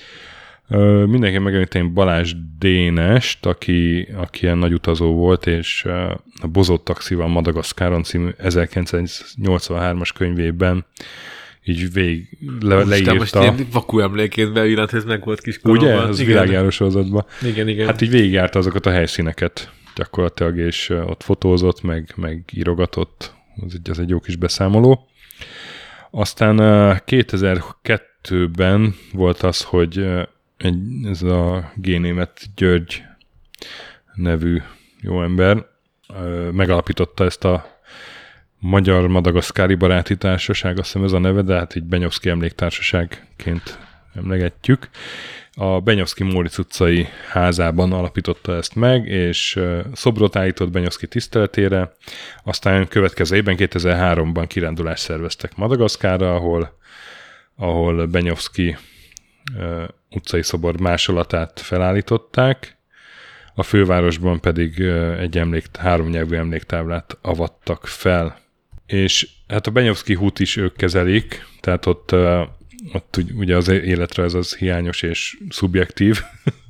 Ö, mindenki megemlíteni Balázs Dénest, aki, aki ilyen nagy utazó volt, és a Bozott taxival Madagaszkáron című ezerkilencszáznyolcvanhármas könyvében így végig le, most leírta. Most ilyen vakú emlékét bevillant, ez meg volt kiskoromban. Ugye? Az világjáró sorozatban. Igen, igen. Hát így végigjárta azokat a helyszíneket gyakorlatilag, és ott fotózott, meg, meg írogatott. Az egy, az egy jó kis beszámoló. Aztán kétezer-kettőben volt az, hogy egy, ez a Génémet György nevű jó ember megalapította ezt a Magyar Madagaszkári Baráti Társaság, azt hiszem ez a neve, de hát így Benyovszky Emléktársaságként emlegetjük. A Benyovszky Móricz utcai házában alapította ezt meg, és szobrot állított Benyovszky tiszteletére. Aztán következő évben, kétezer-háromban kirándulást szerveztek Madagaszkárra, ahol, ahol Benyovszky uh, utcai szobor másolatát felállították. A fővárosban pedig uh, egy emlék, háromnyelvű emléktáblát avattak fel. És hát a Benyovszky hút is ők kezelik, tehát ott, uh, ott ugye az életrajz az hiányos és szubjektív,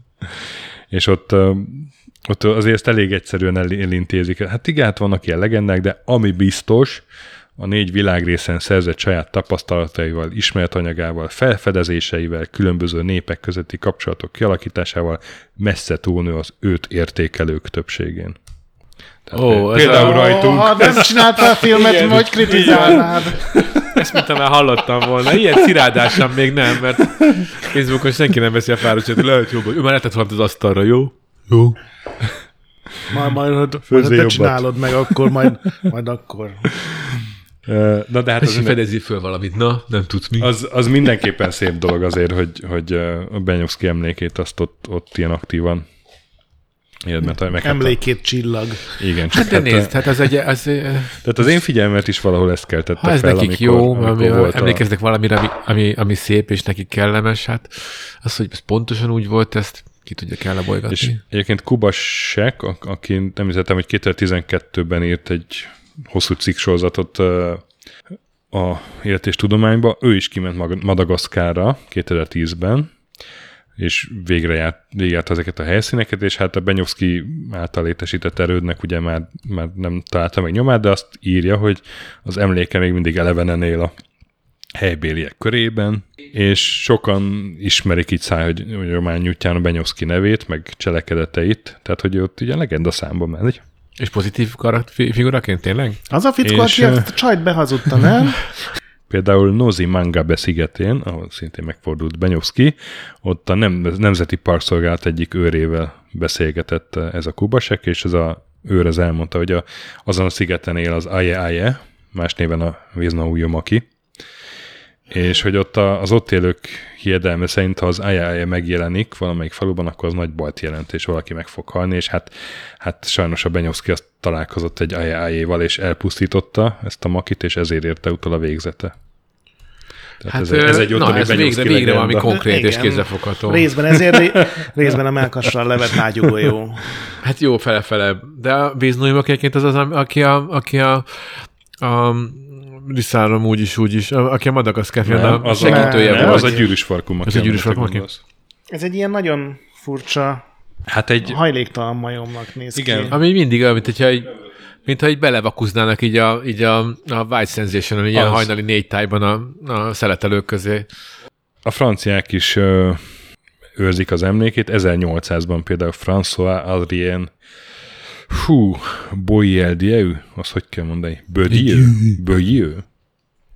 és ott, uh, ott azért ezt elég egyszerűen el, elintézik. Hát igen, hát vannak ilyen legendák, de ami biztos, a négy világrészen szerzett saját tapasztalataival, ismeretanyagával, felfedezéseivel, különböző népek közötti kapcsolatok kialakításával messze túlnő az őt értékelők többségén. Tehát Ó, például a... rajtunk... Ha nem csináltál filmet, igen, vagy kritizálnád. Ezt mintha már hallottam volna. Ilyen cirádásan még nem, mert Facebookon senki nem veszi a fárosát, hogy lehet jobb, ő már letett valamit az asztalra, jó? Jó. Majd, majd, majd te csinálod meg, akkor majd, majd akkor... Na, de hát az fedezi föl valamit, na, nem tudsz mi. Az, az mindenképpen szép dolog azért, hogy, hogy a Benyovszky emlékét azt ott, ott ilyen aktívan életben. Emlékét a... csillag. Igen. Hát de hát nézd, hát az egy... Az, tehát az én figyelmet is valahol ezt keltette ha ez fel, nekik amikor, jó, amikor ami, volt emlékeznek a... valamire, ami, ami, ami szép és nekik kellemes, hát az, hogy ez pontosan úgy volt, ezt ki tudja kell lebolygatni. És egyébként Kubasek, aki nem hiszem, hogy kétezer-tizenkettőben írt egy hosszú cikksorozatot a Élet és Tudományba, ő is kiment Madagaszkárra kétezer-tízben, és végre járt, végre járt ezeket a helyszíneket, és hát a Benyovszky által létesített erődnek ugye már, már nem találta meg nyomát, de azt írja, hogy az emléke még mindig elevenen él a helybéliek körében, és sokan ismerik így száj, hogy, hogy már nyújtján a Benyovszky nevét, meg cselekedeteit, tehát hogy ott ugye legenda számba megy. És pozitív karakter, figuraként tényleg? Az a fickó, aki a csajt behazudta, nem? Például Nozi Mangabe szigetén, ahol szintén megfordult Benyovszky, ott a nem, Nemzeti Parkszolgálat egyik őrével beszélgetett ez a Kubasek, és ez a őr az elmondta, hogy a, azon a szigeten él az Aje Aje, más néven a Viznaujomaki, és hogy ott a, az ott élők hiedelme szerint, ha az Aje Aje megjelenik valamelyik faluban, akkor az nagy bajt jelent, és valaki meg fog halni, és hát, hát sajnos a Benyovszky azt találkozott egy Aje Ajéval, és elpusztította ezt a makit, és ezért érte utol a végzete. Tehát hát ez, ez egy na, ez végre, végre valami konkrét igen, és kézzelfogható. Részben ezért, részben a mellkassal levet nágyugó jó. Hát jó, fele-fele. De a Viznaujomaki egyébként az az, aki a, aki a, a Liszárom úgyis, úgyis, aki a Madagaszkár a segítője nem, volt. az a gyűrűs farkú maki. Ez a gyűrűs farkú maki. Ez egy ilyen nagyon furcsa, hát egy hajléktalan majomnak néz igen. ki. Ami mindig olyan, mint hogyha egy mintha így belevakuznának így a, így a, a White Sensation-on, ilyen hajnali négy tájban a, a szeletelők közé. A franciák is ö, őrzik az emlékét. ezernyolcszázban például François Adrien hú, Boieldieu, az hogy kell mondani? Bödieu? Bödieu?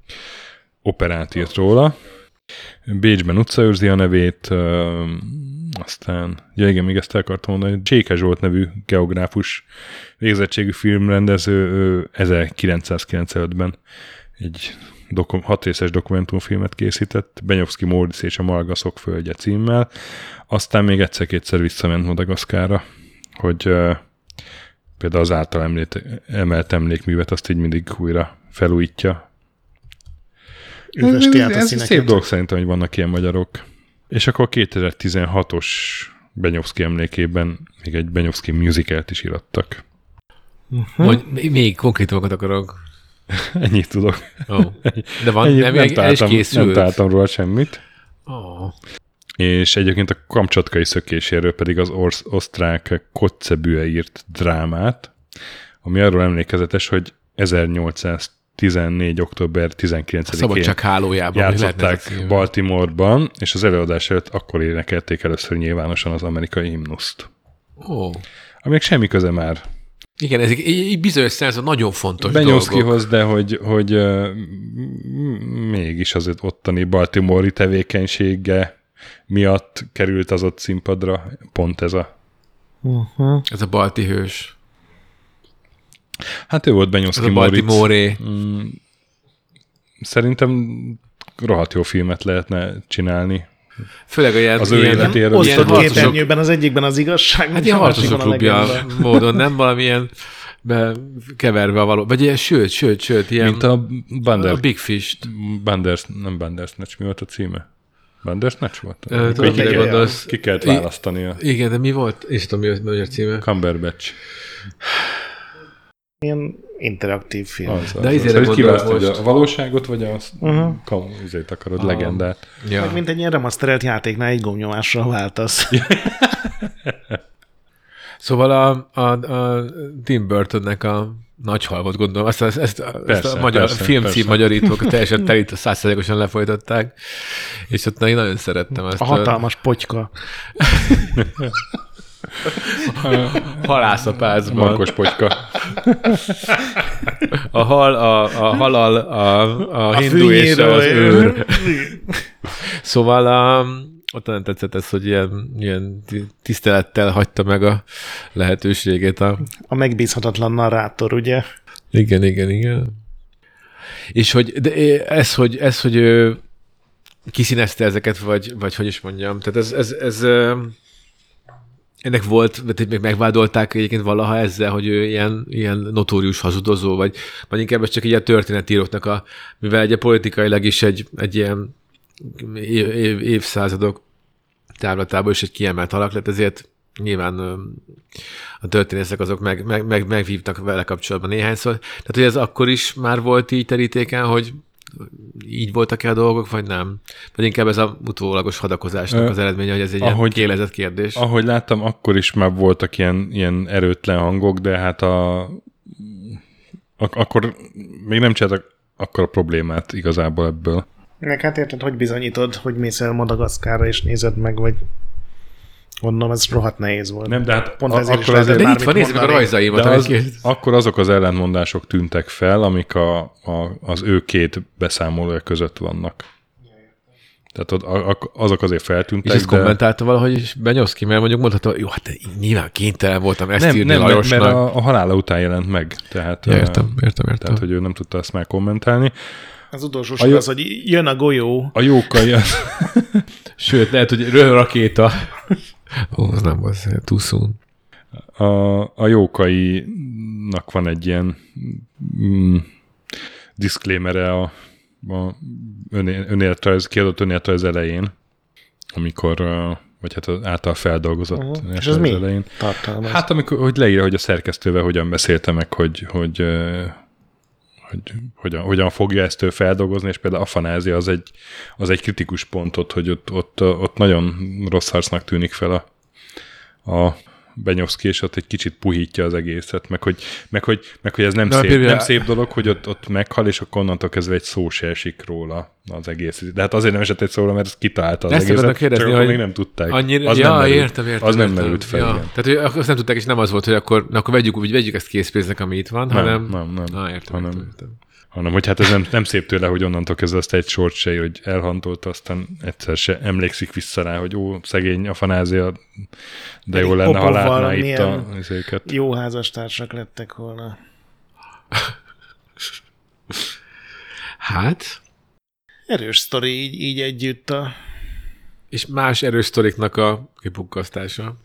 Operát írt róla. Bécsben utca őrzi a nevét, Aztán, ja igen, még ezt el akartam mondani, hogy Cséke Zsolt nevű geográfus végzettségű filmrendező ő ezerkilencszázkilencvenötben egy dokum, hat részes dokumentumfilmet készített, Benyovszky Móricz és a Malgaszok földje címmel, aztán még egyszer-kétszer visszament Madagaszkárra, hogy uh, például az által említ, emelt emlékművet azt így mindig újra felújítja. Üvesti át a ez színeket. Szép dolog szerintem, hogy vannak ilyen magyarok. És akkor kétezer-tizenhatos Benyovszky emlékében még egy Benyovszky musicalt is írattak. Uh-huh. Mondj, még konkrétumokat akarok. Ennyit tudok. Oh. De van, Ennyit nem, nem, el is találtam, készült. nem találtam róla semmit. Oh. És egyébként a kamcsatkai szökéséről pedig az orsz, osztrák Kotzebue írt drámát, ami arról emlékezetes, hogy ezernyolcszáztizennégy. október tizenkilencedikén Szabadság hálójában játszották Baltimore-ban, és az előadás előtt akkor énekelték először nyilvánosan az amerikai himnuszt. Oh. Aminek semmi köze már Igen, ezek így bizonyos szerző nagyon fontos Benyovszkyhoz, de hogy, hogy uh, mégis az ottani baltimore-i tevékenysége miatt került az ott színpadra pont ez a... Uh-huh. Ez a balti hős. Hát ő volt Benyovszky Móricz. Mm, szerintem rohadt jó filmet lehetne csinálni. Főleg a ilyen, az ő ilyen, életéről. Osztott harcosok- képernyőben az egyikben az igazság. Hát ilyen a másikban harcosok a klubja legenda. módon, nem valamilyen be, keverve a való. Vagy ilyen, sőt, sőt, sőt, ilyen Mint a Bander, a Big Fish-t. Banders, nem Bandersnatch, mi volt a címe? Bandersnatch volt? Ö, Amikor Tudod, ki, mire olyan. gondolsz? ki kellett I- választania. Igen, de mi volt? És tudom, mi volt mi a címe. Cumberbatch. Ilyen interaktív film. Az, az, De az, izére az, hogy gondolok kiválasztod, hogy most. a valóságot, vagy a Uh-huh. azért akarod, A- legendát. Ja. Meg mint egy ilyen remasterelt játéknál egy gombnyomással váltasz. Szóval a, a, a Tim Burtonnek a nagy hal volt, gondolom. Azt, ezt, ezt, Persze, ezt a magyar persze, filmcím persze. magyarítók teljesen telít, százszerzékosan lefolytatták, és ott én nagyon szerettem ezt. A hatalmas potyka. Halászapácban. Markos potyka. A hal, a, a halal, a, a, A hindu és fűnyíró, az ő. őr. Szóval a, ott nem tetszett ez, hogy ilyen, ilyen tisztelettel hagyta meg a lehetőségét. A... A megbízhatatlan narrátor, ugye? Igen, igen, igen. És hogy de ez, hogy, ez, hogy ő kiszínezte ezeket, vagy, vagy hogy is mondjam, tehát ez, ez, ez ö, ennek volt, vagy még megvádolták egyébként valaha ezzel, hogy ő ilyen, ilyen notórius hazudozó, vagy, vagy inkább ez csak így a történetíróknak a, mivel egy politikailag is egy, egy ilyen év, év, évszázadok távlatából is egy kiemelt alak lett, ezért nyilván ö, a történészek azok meg, meg, meg, megvívtak vele kapcsolatban néhányszor. Tehát, hogy ez akkor is már volt így terítéken, hogy így voltak-e a dolgok, vagy nem? Vagy inkább ez a utólagos hadakozásnak Ö, az eredménye, hogy ez egy ahogy- ilyen kélezett kérdés. Ahogy láttam, akkor is már voltak ilyen, ilyen erőtlen hangok, de hát a, ak- akkor még nem csináltak akkor a problémát igazából ebből. Meg hát érted, hogy bizonyítod, hogy mész el Madagaszkárra és nézed meg, vagy mondom, ez rohadt nehéz volt. Nem, de hát Pont a- ezért is akkor lehetett azért- De itt van, bármit nézzük meg a mondani. rajzaimat. De az, amiket- akkor azok az ellentmondások tűntek fel, amik a, a, az ő két beszámolója között vannak. Tehát ott a, a, azok azért És feltűntek, ezt de... kommentálta valahogy is Benyovszky, mert mondjuk mondható, jó, hát nyilván kénytelen voltam ezt Nem, írni nem, mert, Lajosnak. mert a, a halála után jelent meg. Tehát, Ja, ö, értem, értem, értem. Tehát, hogy ő nem tudta ezt már kommentálni. Az utolsó A sor jó- az, hogy jön a golyó. A jókai az... Sőt, lehet, hogy röhög rakéta. Ó, az nem volt, too soon. A, a jókainak van egy ilyen mm, disclaimere a, a öné- önéletrajz, kiadott önéletrajz elején, amikor, uh, vagy hát az által feldolgozott Uh-huh. És önéletrajz ez mi? elején. Tartalmaz. Hát amikor, hogy leírja, hogy a szerkesztővel hogyan beszélte meg, hogy, hogy, uh, hogy hogyan, hogyan fogja ezt ő feldolgozni, és például Afanázia az egy, az egy kritikus pontot, hogy ott, ott, ott nagyon rossz harcnak tűnik fel a, a Benyovszky, és ott egy kicsit puhítja az egészet, meg hogy, meg hogy, meg hogy ez nem, Na, szép, például- nem szép dolog, hogy ott, ott meghal, és akkor onnantól kezdve egy szó se esik róla az egész. De hát azért nem esett egy szóra, mert ez kitalálta az Ezt egészet, akartam kérdezni, csak akkor hogy még nem tudták. Annyira, az ja, nem merült, értem, értem. Az nem értem. merült fel, ja. igen. Tehát, hogy akkor azt nem tudták, és nem az volt, hogy akkor, na, akkor vegyük, úgy vegyük ezt készpénznek, ami itt van, Nem, hanem... nem, nem. Na, értem, hanem, értem, értem. hanem hogy hát ez nem, nem szép tőle, hogy onnantól kezdve azt egy sort se, hogy elhantolta, aztán egyszer se emlékszik vissza rá, hogy ó, szegény Afanázia, de jó lenne, ha látná itt a ezeket. Jó házastársak lettek volna. Hát... Erős sztori így, így együtt a... És más erős sztoriknak a kipukkasztása.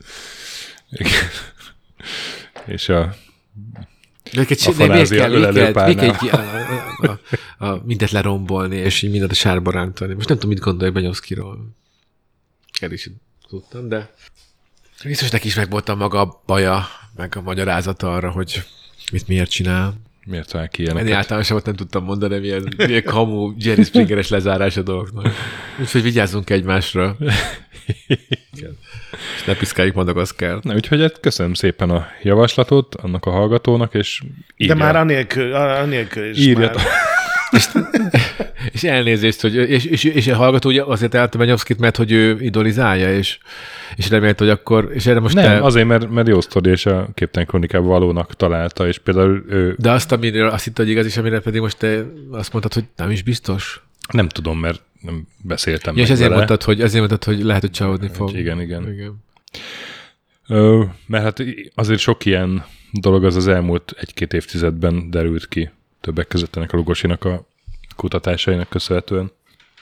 És a Neked a Fanázia ölelőpárnál. A, a, a, a mindent lerombolni, és így mindent a sárba rántani. Most nem tudom, mit gondolj Benyovszkiról. El is tudtam, de biztos neki is megvolt a maga baja, meg a magyarázata arra, hogy mit miért csinál. Miért talál ki ilyeneket? Én általánosabbat nem tudtam mondani, milyen, milyen kamu, Jerry Springeres lezárás a dolgoknak. Úgyhogy vigyázzunk egymásra. És ne piszkáljuk Madagaszkár. Na, úgyhogy hát köszönöm szépen a javaslatot annak a hallgatónak, és írja. De már anélkül, anélkül is írja. már. és, és elnézést, hogy, és, és, és a hallgató ugye azért állt a Benyovszkit, mert hogy ő idolizálja, és, és remélt, hogy akkor, és erre most nem, te... azért, mert, mert jó sztori, és a Képtelen Krónikában valónak találta, és például ő... De azt, amiről azt hitt, hogy igaz, és amire pedig most te azt mondtad, hogy nem is biztos. Nem tudom, mert nem beszéltem Ja, és meg ezért vele. mondtad, hogy, ezért mondtad, hogy lehet, hogy csalódni fog. Igen, igen. igen. Ö, mert hát azért sok ilyen dolog az az elmúlt egy-két évtizedben derült ki, többek között ennek a Lugosinak a kutatásainak köszönhetően.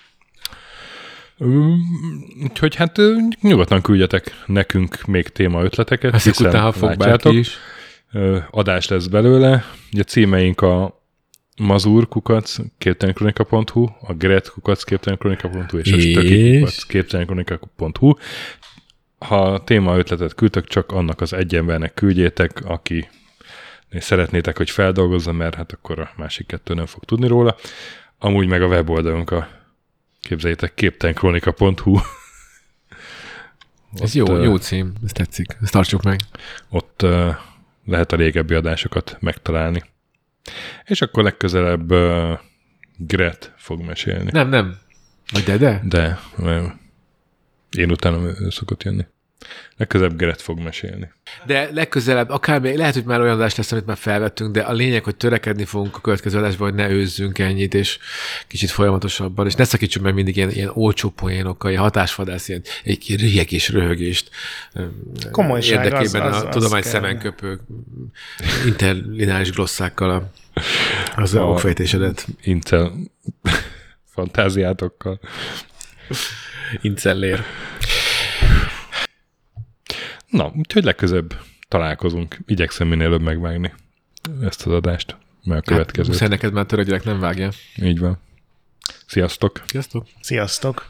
Ö, úgyhogy hát ö, nyugodtan küldjetek nekünk még témaötleteket. Ezt hiszen utána fog látjátok, bárki is. Ö, adás lesz belőle. Ugye címeink a Mazur kukac képtelenkronika pont hu, a Gret kukac képtelenkronika pont hu és a Stöki kukac képtelenkronika pont hu. Ha témaötletet küldtök, csak annak az egy embernek küldjétek, aki szeretnétek, hogy feldolgozza, mert hát akkor a másik kettő nem fog tudni róla. Amúgy meg a weboldalunk a képzeljétek képtelenkronika pont hu. Ez jó, jó cím, ez tetszik, ezt tartsuk meg. Ott uh, lehet a régebbi adásokat megtalálni. És akkor legközelebb uh, Gret fog mesélni. Nem, nem. Vagy de, de? De, mert én utána ő szokott jönni. Legközelebb Gret fog mesélni. De legközelebb, akár még, lehet, hogy már olyan adás lesz, amit már felvettünk, de a lényeg, hogy törekedni fogunk a következő adásban, hogy ne őzzünk ennyit, és kicsit folyamatosabban, és ne szakítsuk meg mindig ilyen, ilyen olcsó poénokkal, ilyen hatásvadász, ilyen egy rühjek és röhögést. Komolyság, érdekében az- az- a az tudomány kell. szemenköpő interlineáris glosszákkal a, az A- okfejtésedet. Intel fantáziátokkal. Incellér. Na, úgyhogy legközelebb találkozunk. Igyekszem minél előbb megvágni ezt az adást, mert a következő. Hát, neked már törögyek nem vágja. Így van. Sziasztok! Sziasztok! Sziasztok!